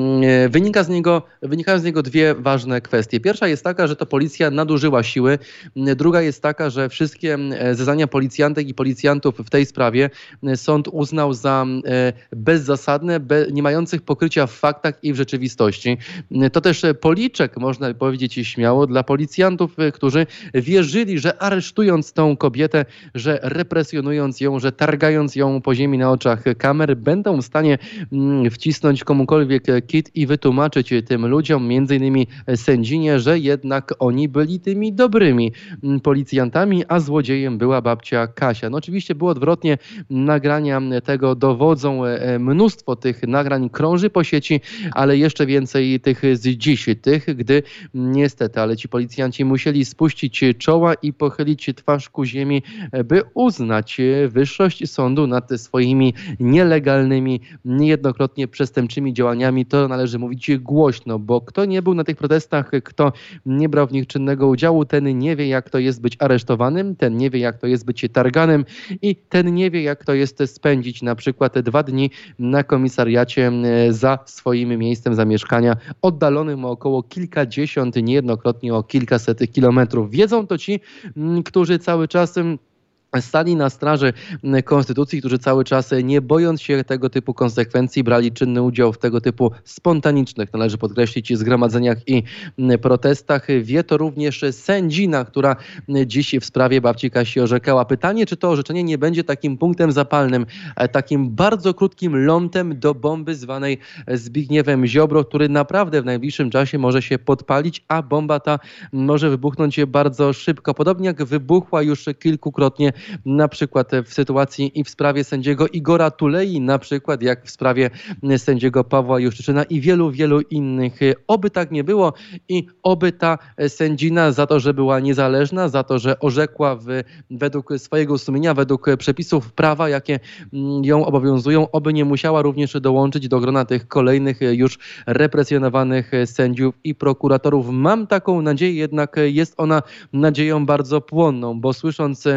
Wynika z niego, wynikają z niego dwie ważne kwestie. Pierwsza jest taka, że to policja nadużyła siły. Druga jest taka, że wszystkie zeznania policjantek i policjantów w tej sprawie sąd uznał za bezzasadne, be, nie mających pokrycia w faktach i w rzeczywistości. To też policzek, można powiedzieć śmiało, dla policjantów, którzy wierzyli, że aresztując tą kobietę, że represjonując ją, że targając ją po ziemi na oczach kamer, będą w stanie wcisnąć komukolwiek kit i wytłumaczyć tym ludziom, między innymi sędzinie, że jednak oni byli tymi dobrymi policjantami, a złodziejem była babcia Kasia. No oczywiście było odwrotnie, nagrania tego dowodzą, mnóstwo tych nagrań krąży po sieci, ale jeszcze więcej tych z dziś, tych, gdy niestety, ale ci policjanci musieli spuścić czoła i pochylić twarz ku ziemi, by uznać wyższość sądu nad swoimi nielegalnymi, niejednokrotnie przestępczymi działaniami. To należy mówić głośno, bo kto nie był na tych protestach, kto nie brał w nich czynnego udziału, ten nie wie, jak to jest być aresztowanym, ten nie wie, jak to jest być targanym i ten nie wie, jak to jest spędzić na przykład dwa dni na komisariacie za swoim miejscem zamieszkania, oddalonym o około kilkadziesiąt, niejednokrotnie o kilkaset kilometrów. Wiedzą to ci, którzy cały czas stali na straży konstytucji, którzy cały czas, nie bojąc się tego typu konsekwencji, brali czynny udział w tego typu spontanicznych, należy podkreślić, zgromadzeniach i protestach. Wie to również sędzina, która dziś w sprawie babci Kasi orzekała. Pytanie, czy to orzeczenie nie będzie takim punktem zapalnym, takim bardzo krótkim lądem do bomby zwanej Zbigniewem Ziobro, który naprawdę w najbliższym czasie może się podpalić, a bomba ta może wybuchnąć bardzo szybko. Podobnie jak wybuchła już kilkukrotnie na przykład w sytuacji i w sprawie sędziego Igora Tulei, na przykład jak w sprawie sędziego Pawła Juszczyczyna i wielu, wielu innych. Oby tak nie było i oby ta sędzina za to, że była niezależna, za to, że orzekła w, według swojego sumienia, według przepisów prawa, jakie ją obowiązują, oby nie musiała również dołączyć do grona tych kolejnych już represjonowanych sędziów i prokuratorów. Mam taką nadzieję, jednak jest ona nadzieją bardzo płonną, bo słysząc słowa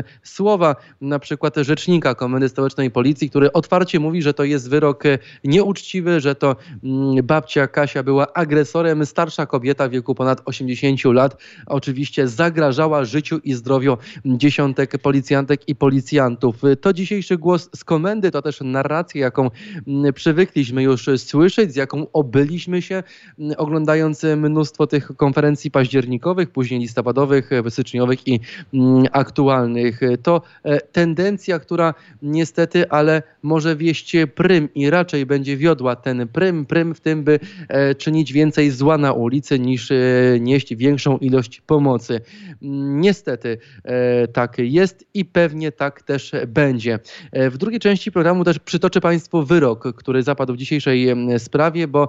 słowa na przykład rzecznika Komendy Stołecznej Policji, który otwarcie mówi, że to jest wyrok nieuczciwy, że to babcia Kasia była agresorem, starsza kobieta w wieku ponad osiemdziesięciu lat, oczywiście zagrażała życiu i zdrowiu dziesiątek policjantek i policjantów. To dzisiejszy głos z komendy, to też narracja, jaką przywykliśmy już słyszeć, z jaką obyliśmy się, oglądając mnóstwo tych konferencji październikowych, później listopadowych, styczniowych i aktualnych. To tendencja, która niestety, ale może wieść prym i raczej będzie wiodła ten prym, prym w tym, by czynić więcej zła na ulicy niż nieść większą ilość pomocy. Niestety tak jest i pewnie tak też będzie. W drugiej części programu też przytoczę Państwu wyrok, który zapadł w dzisiejszej sprawie, bo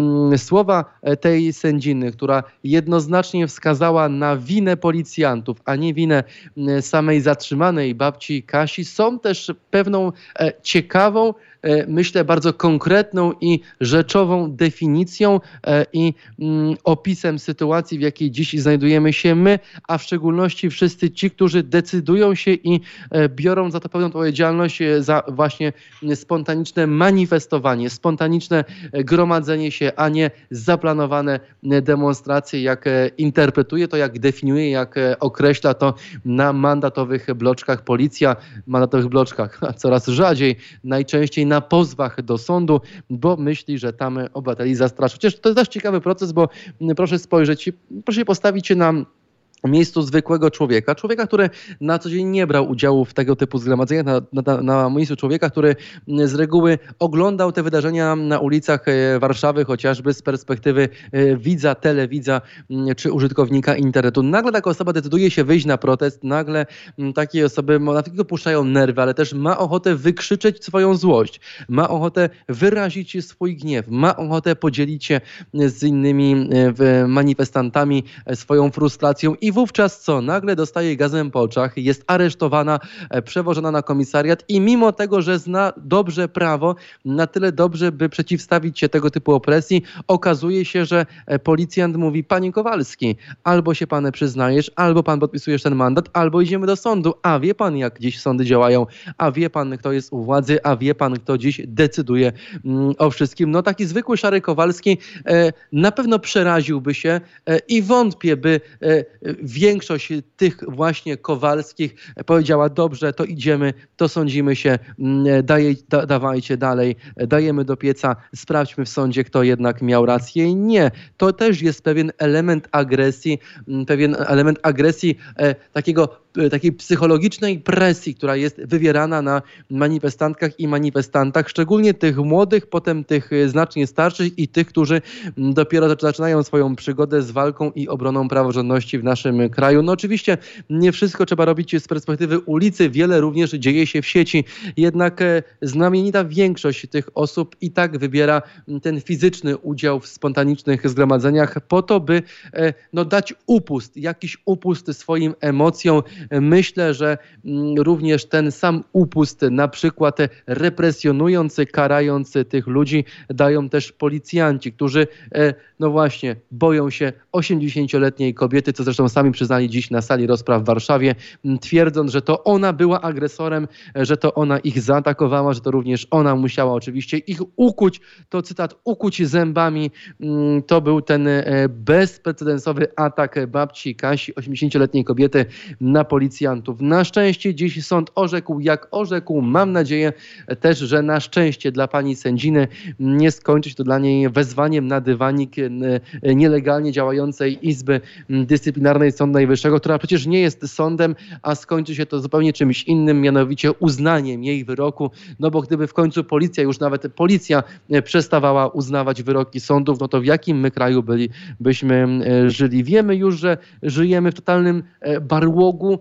słowa tej sędziny, która jednoznacznie wskazała na winę policjantów, a nie winę samej zatrzymanej babci Kasi, są też pewną ciekawą, myślę, bardzo konkretną i rzeczową definicją i opisem sytuacji, w jakiej dziś znajdujemy się my, a w szczególności wszyscy ci, którzy decydują się i biorą za to pełną odpowiedzialność za właśnie spontaniczne manifestowanie, spontaniczne gromadzenie się, a nie zaplanowane demonstracje, jak interpretuje to, jak definiuje, jak określa to na mandatowych bloczkach policja, mandatowych bloczkach, a coraz rzadziej, najczęściej na pozwach do sądu, bo myśli, że tam obywateli zastraszy. Chociaż to jest też ciekawy proces, bo proszę spojrzeć, proszę postawić się na miejscu zwykłego człowieka, człowieka, który na co dzień nie brał udziału w tego typu zgromadzeniach, na, na, na miejscu człowieka, który z reguły oglądał te wydarzenia na ulicach Warszawy, chociażby z perspektywy widza, telewidza czy użytkownika internetu. Nagle taka osoba decyduje się wyjść na protest, nagle takie osoby na takiego puszczają nerwy, ale też ma ochotę wykrzyczeć swoją złość, ma ochotę wyrazić swój gniew, ma ochotę podzielić się z innymi manifestantami swoją frustracją i I wówczas co? Nagle dostaje gazem po oczach, jest aresztowana, przewożona na komisariat i mimo tego, że zna dobrze prawo, na tyle dobrze, by przeciwstawić się tego typu opresji, okazuje się, że policjant mówi: panie Kowalski, albo się pan przyznajesz, albo pan podpisujesz ten mandat, albo idziemy do sądu. A wie pan, jak dziś sądy działają, a wie pan, kto jest u władzy, a wie pan, kto dziś decyduje mm, o wszystkim. No taki zwykły szary Kowalski e, na pewno przeraziłby się e, i wątpię, by e, większość tych właśnie Kowalskich powiedziała: dobrze, to idziemy, to sądzimy się, daje, da, dawajcie dalej, dajemy do pieca, sprawdźmy w sądzie, kto jednak miał rację. Nie, to też jest pewien element agresji, pewien element agresji e, takiego takiej psychologicznej presji, która jest wywierana na manifestantkach i manifestantach, szczególnie tych młodych, potem tych znacznie starszych i tych, którzy dopiero zaczynają swoją przygodę z walką i obroną praworządności w naszym kraju. No oczywiście nie wszystko trzeba robić z perspektywy ulicy, wiele również dzieje się w sieci, jednak znamienita większość tych osób i tak wybiera ten fizyczny udział w spontanicznych zgromadzeniach po to, by no, dać upust, jakiś upust swoim emocjom. Myślę, że również ten sam upust, na przykład represjonujący, karający tych ludzi, dają też policjanci, którzy no właśnie boją się osiemdziesięcioletniej kobiety, co zresztą sami przyznali dziś na sali rozpraw w Warszawie, twierdząc, że to ona była agresorem, że to ona ich zaatakowała, że to również ona musiała oczywiście ich ukuć. To cytat: ukuć zębami. To był ten bezprecedensowy atak babci Kasi, osiemdziesięcioletniej kobiety, na policjantów. Na szczęście dziś sąd orzekł, jak orzekł. Mam nadzieję też, że na szczęście dla pani sędziny nie skończy się to dla niej wezwaniem na dywanik nielegalnie działającej Izby Dyscyplinarnej Sądu Najwyższego, która przecież nie jest sądem, a skończy się to zupełnie czymś innym, mianowicie uznaniem jej wyroku. No bo gdyby w końcu policja, już nawet policja przestawała uznawać wyroki sądów, no to w jakim my kraju byli, byśmy żyli? Wiemy już, że żyjemy w totalnym barłogu,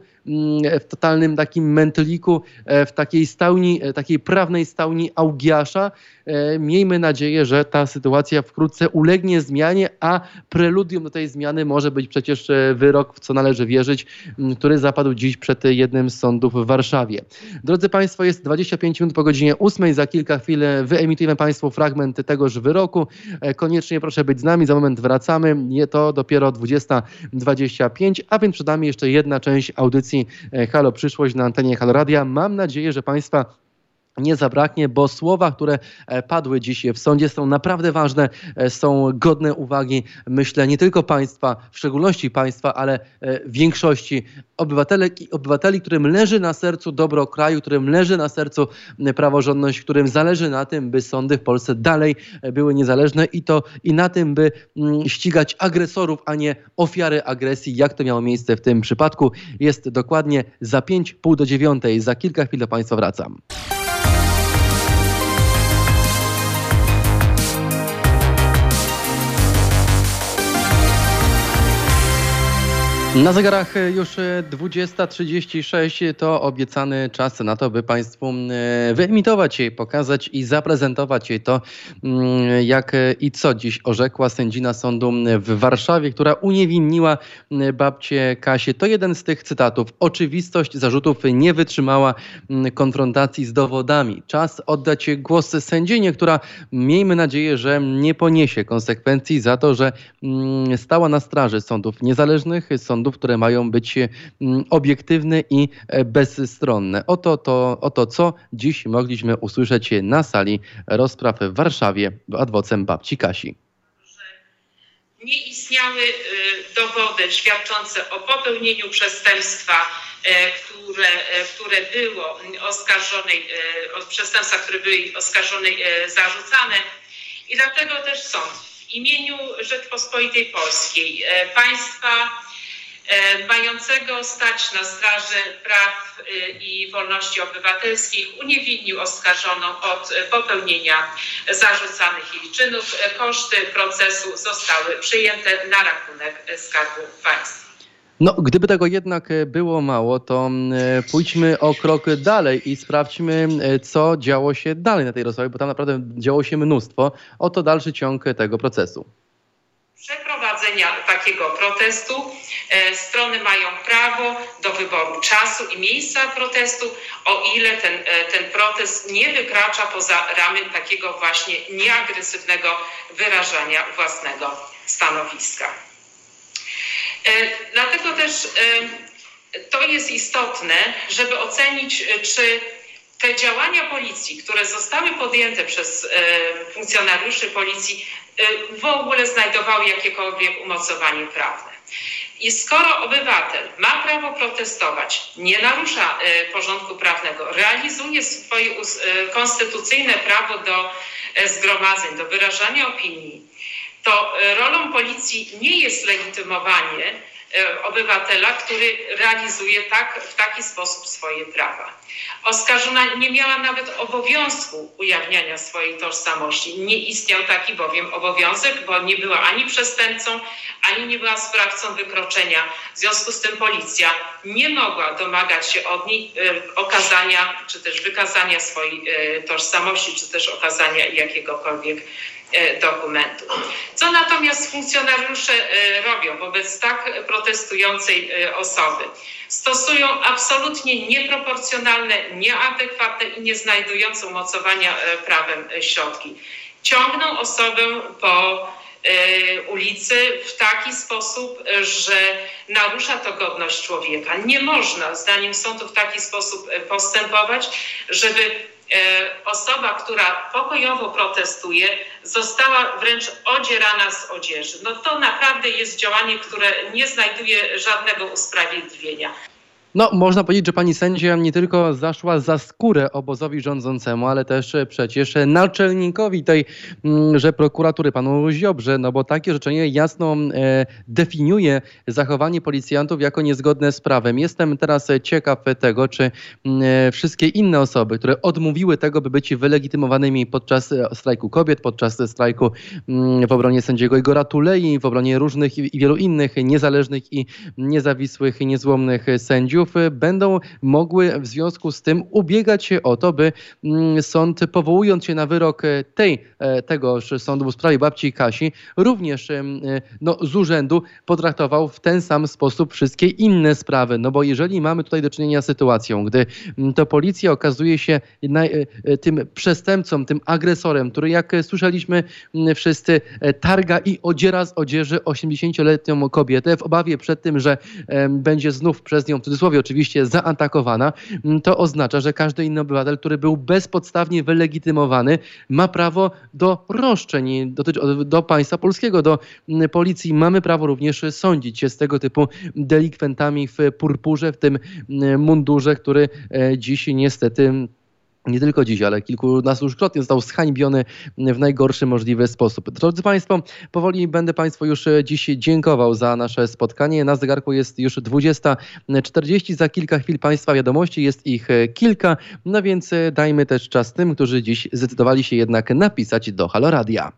w totalnym takim mętliku, w takiej stałni, takiej prawnej stałni Augiasza. Miejmy nadzieję, że ta sytuacja wkrótce ulegnie zmianie, a preludium do tej zmiany może być przecież wyrok, w co należy wierzyć, który zapadł dziś przed jednym z sądów w Warszawie. Drodzy Państwo, jest dwadzieścia pięć minut po godzinie ósmej. Za kilka chwil wyemitujemy Państwu fragment tegoż wyroku. Koniecznie proszę być z nami, za moment wracamy. Nie to dopiero dwudziesta dwadzieścia pięć, a więc przed nami jeszcze jedna część audycji audycji Halo Przyszłość na antenie Halo Radia. Mam nadzieję, że Państwa nie zabraknie, bo słowa, które padły dziś w sądzie, są naprawdę ważne, są godne uwagi, myślę, nie tylko państwa, w szczególności państwa, ale większości obywatelek i obywateli, którym leży na sercu dobro kraju, którym leży na sercu praworządność, którym zależy na tym, by sądy w Polsce dalej były niezależne i to i na tym, by ścigać agresorów, a nie ofiary agresji, jak to miało miejsce w tym przypadku. Jest dokładnie za pięć, pół do dziewiątej. Za kilka chwil do Państwa wracam. Na zegarach już dwudziesta trzydzieści sześć, to obiecany czas na to, by Państwu wyemitować jej, pokazać i zaprezentować jej to, jak i co dziś orzekła sędzina sądu w Warszawie, która uniewinniła babcię Kasię. To jeden z tych cytatów. Oczywistość zarzutów nie wytrzymała konfrontacji z dowodami. Czas oddać głos sędzinie, która, miejmy nadzieję, że nie poniesie konsekwencji za to, że stała na straży sądów niezależnych, sądów, które mają być obiektywne i bezstronne. Oto, to, oto co dziś mogliśmy usłyszeć na sali rozpraw w Warszawie ad vocem babci Kasi. Nie istniały dowody świadczące o popełnieniu przestępstwa, które, które było oskarżonej, przestępstwa, które były oskarżonej zarzucane, i dlatego też sąd w imieniu Rzeczpospolitej Polskiej, państwa mającego stać na straży praw i wolności obywatelskich, uniewinnił oskarżoną od popełnienia zarzucanych jej czynów. Koszty procesu zostały przyjęte na rachunek Skarbu Państwa. No, gdyby tego jednak było mało, to pójdźmy o krok dalej i sprawdźmy, co działo się dalej na tej rozprawie, bo tam naprawdę działo się mnóstwo. Oto dalszy ciąg tego procesu. Przeprowadzenia takiego protestu strony mają prawo do wyboru czasu i miejsca protestu, o ile ten, ten protest nie wykracza poza ramy takiego właśnie nieagresywnego wyrażania własnego stanowiska. Dlatego też to jest istotne, żeby ocenić, czy te działania policji, które zostały podjęte przez funkcjonariuszy policji, w ogóle znajdowały jakiekolwiek umocowanie prawne. I skoro obywatel ma prawo protestować, nie narusza porządku prawnego, realizuje swoje konstytucyjne prawo do zgromadzeń, do wyrażania opinii, to rolą policji nie jest legitymowanie obywatela, który realizuje tak, w taki sposób swoje prawa. Oskarżona nie miała nawet obowiązku ujawniania swojej tożsamości. Nie istniał taki bowiem obowiązek, bo nie była ani przestępcą, ani nie była sprawcą wykroczenia. W związku z tym policja nie mogła domagać się od niej e, okazania, czy też wykazania swojej e, tożsamości, czy też okazania jakiegokolwiek e, dokumentu. Co natomiast funkcjonariusze e, robią wobec tak protestującej e, osoby? Stosują absolutnie nieproporcjonalne, nieadekwatne i nie znajdujące umocowania prawem środki. Ciągną osobę po y, ulicy w taki sposób, że narusza to godność człowieka. Nie można, zdaniem sądu, w taki sposób postępować, żeby y, osoba, która pokojowo protestuje, została wręcz odzierana z odzieży. No to naprawdę jest działanie, które nie znajduje żadnego usprawiedliwienia. No, można powiedzieć, że pani sędzia nie tylko zaszła za skórę obozowi rządzącemu, ale też przecież naczelnikowi tej, że prokuratury, panu Ziobrze, no bo takie orzeczenie jasno e, definiuje zachowanie policjantów jako niezgodne z prawem. Jestem teraz ciekaw tego, czy e, wszystkie inne osoby, które odmówiły tego, by być wylegitymowanymi podczas strajku kobiet, podczas strajku m, w obronie sędziego Igora Tulei, w obronie różnych i, i wielu innych niezależnych i niezawisłych i niezłomnych sędziów, będą mogły w związku z tym ubiegać się o to, by sąd, powołując się na wyrok tej, tegoż sądu w sprawie babci Kasi, również no, z urzędu potraktował w ten sam sposób wszystkie inne sprawy. No bo jeżeli mamy tutaj do czynienia z sytuacją, gdy to policja okazuje się na, tym przestępcą, tym agresorem, który, jak słyszeliśmy wszyscy, targa i odziera z odzieży osiemdziesięcioletnią kobietę w obawie przed tym, że będzie znów przez nią w cudzysłowie Lwowie oczywiście zaatakowana, to oznacza, że każdy inny obywatel, który był bezpodstawnie wylegitymowany, ma prawo do roszczeń do, do państwa polskiego, do policji. Mamy prawo również sądzić się z tego typu delikwentami w purpurze, w tym mundurze, który dziś niestety nie tylko dziś, ale kilkunastokrotnie został zhańbiony w najgorszy możliwy sposób. Drodzy Państwo, powoli będę Państwu już dziś dziękował za nasze spotkanie. Na zegarku jest już dwudziesta czterdzieści. Za kilka chwil Państwa wiadomości, jest ich kilka, no więc dajmy też czas tym, którzy dziś zdecydowali się jednak napisać do Halo Radia.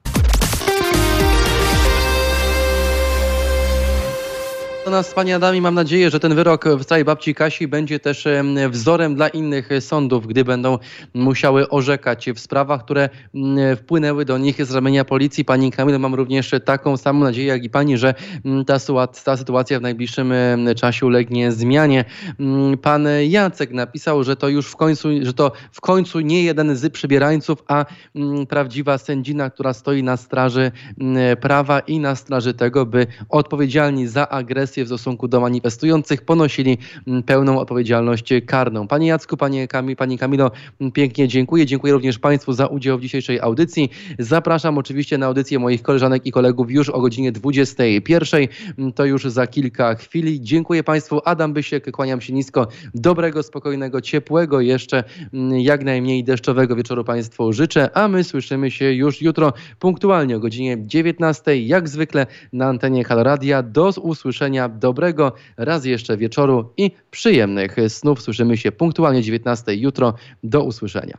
Do nas, Panie Adamie, mam nadzieję, że ten wyrok w całej babci Kasi będzie też wzorem dla innych sądów, gdy będą musiały orzekać w sprawach, które wpłynęły do nich z ramienia policji. Pani Kamilo, mam również taką samą nadzieję jak i Pani, że ta, ta sytuacja w najbliższym czasie ulegnie zmianie. Pan Jacek napisał, że to już w końcu, że to w końcu nie jeden z przybierańców, a prawdziwa sędzina, która stoi na straży prawa i na straży tego, by odpowiedzialni za agresję w stosunku do manifestujących ponosili pełną odpowiedzialność karną. Panie Jacku, panie Kamil, pani Kamilo, pięknie dziękuję. Dziękuję również Państwu za udział w dzisiejszej audycji. Zapraszam oczywiście na audycję moich koleżanek i kolegów już o godzinie dwudziestej pierwszej. To już za kilka chwil. Dziękuję Państwu. Adam Bysiek, kłaniam się nisko. Dobrego, spokojnego, ciepłego, jeszcze jak najmniej deszczowego wieczoru Państwu życzę, a my słyszymy się już jutro punktualnie o godzinie dziewiętnastej, jak zwykle na antenie Halo Radia. Do usłyszenia. Dobrego raz jeszcze wieczoru i przyjemnych snów. Słyszymy się punktualnie dziewiętnastej jutro. Do usłyszenia.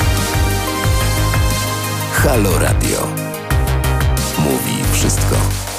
Halo Radio. Mówi wszystko.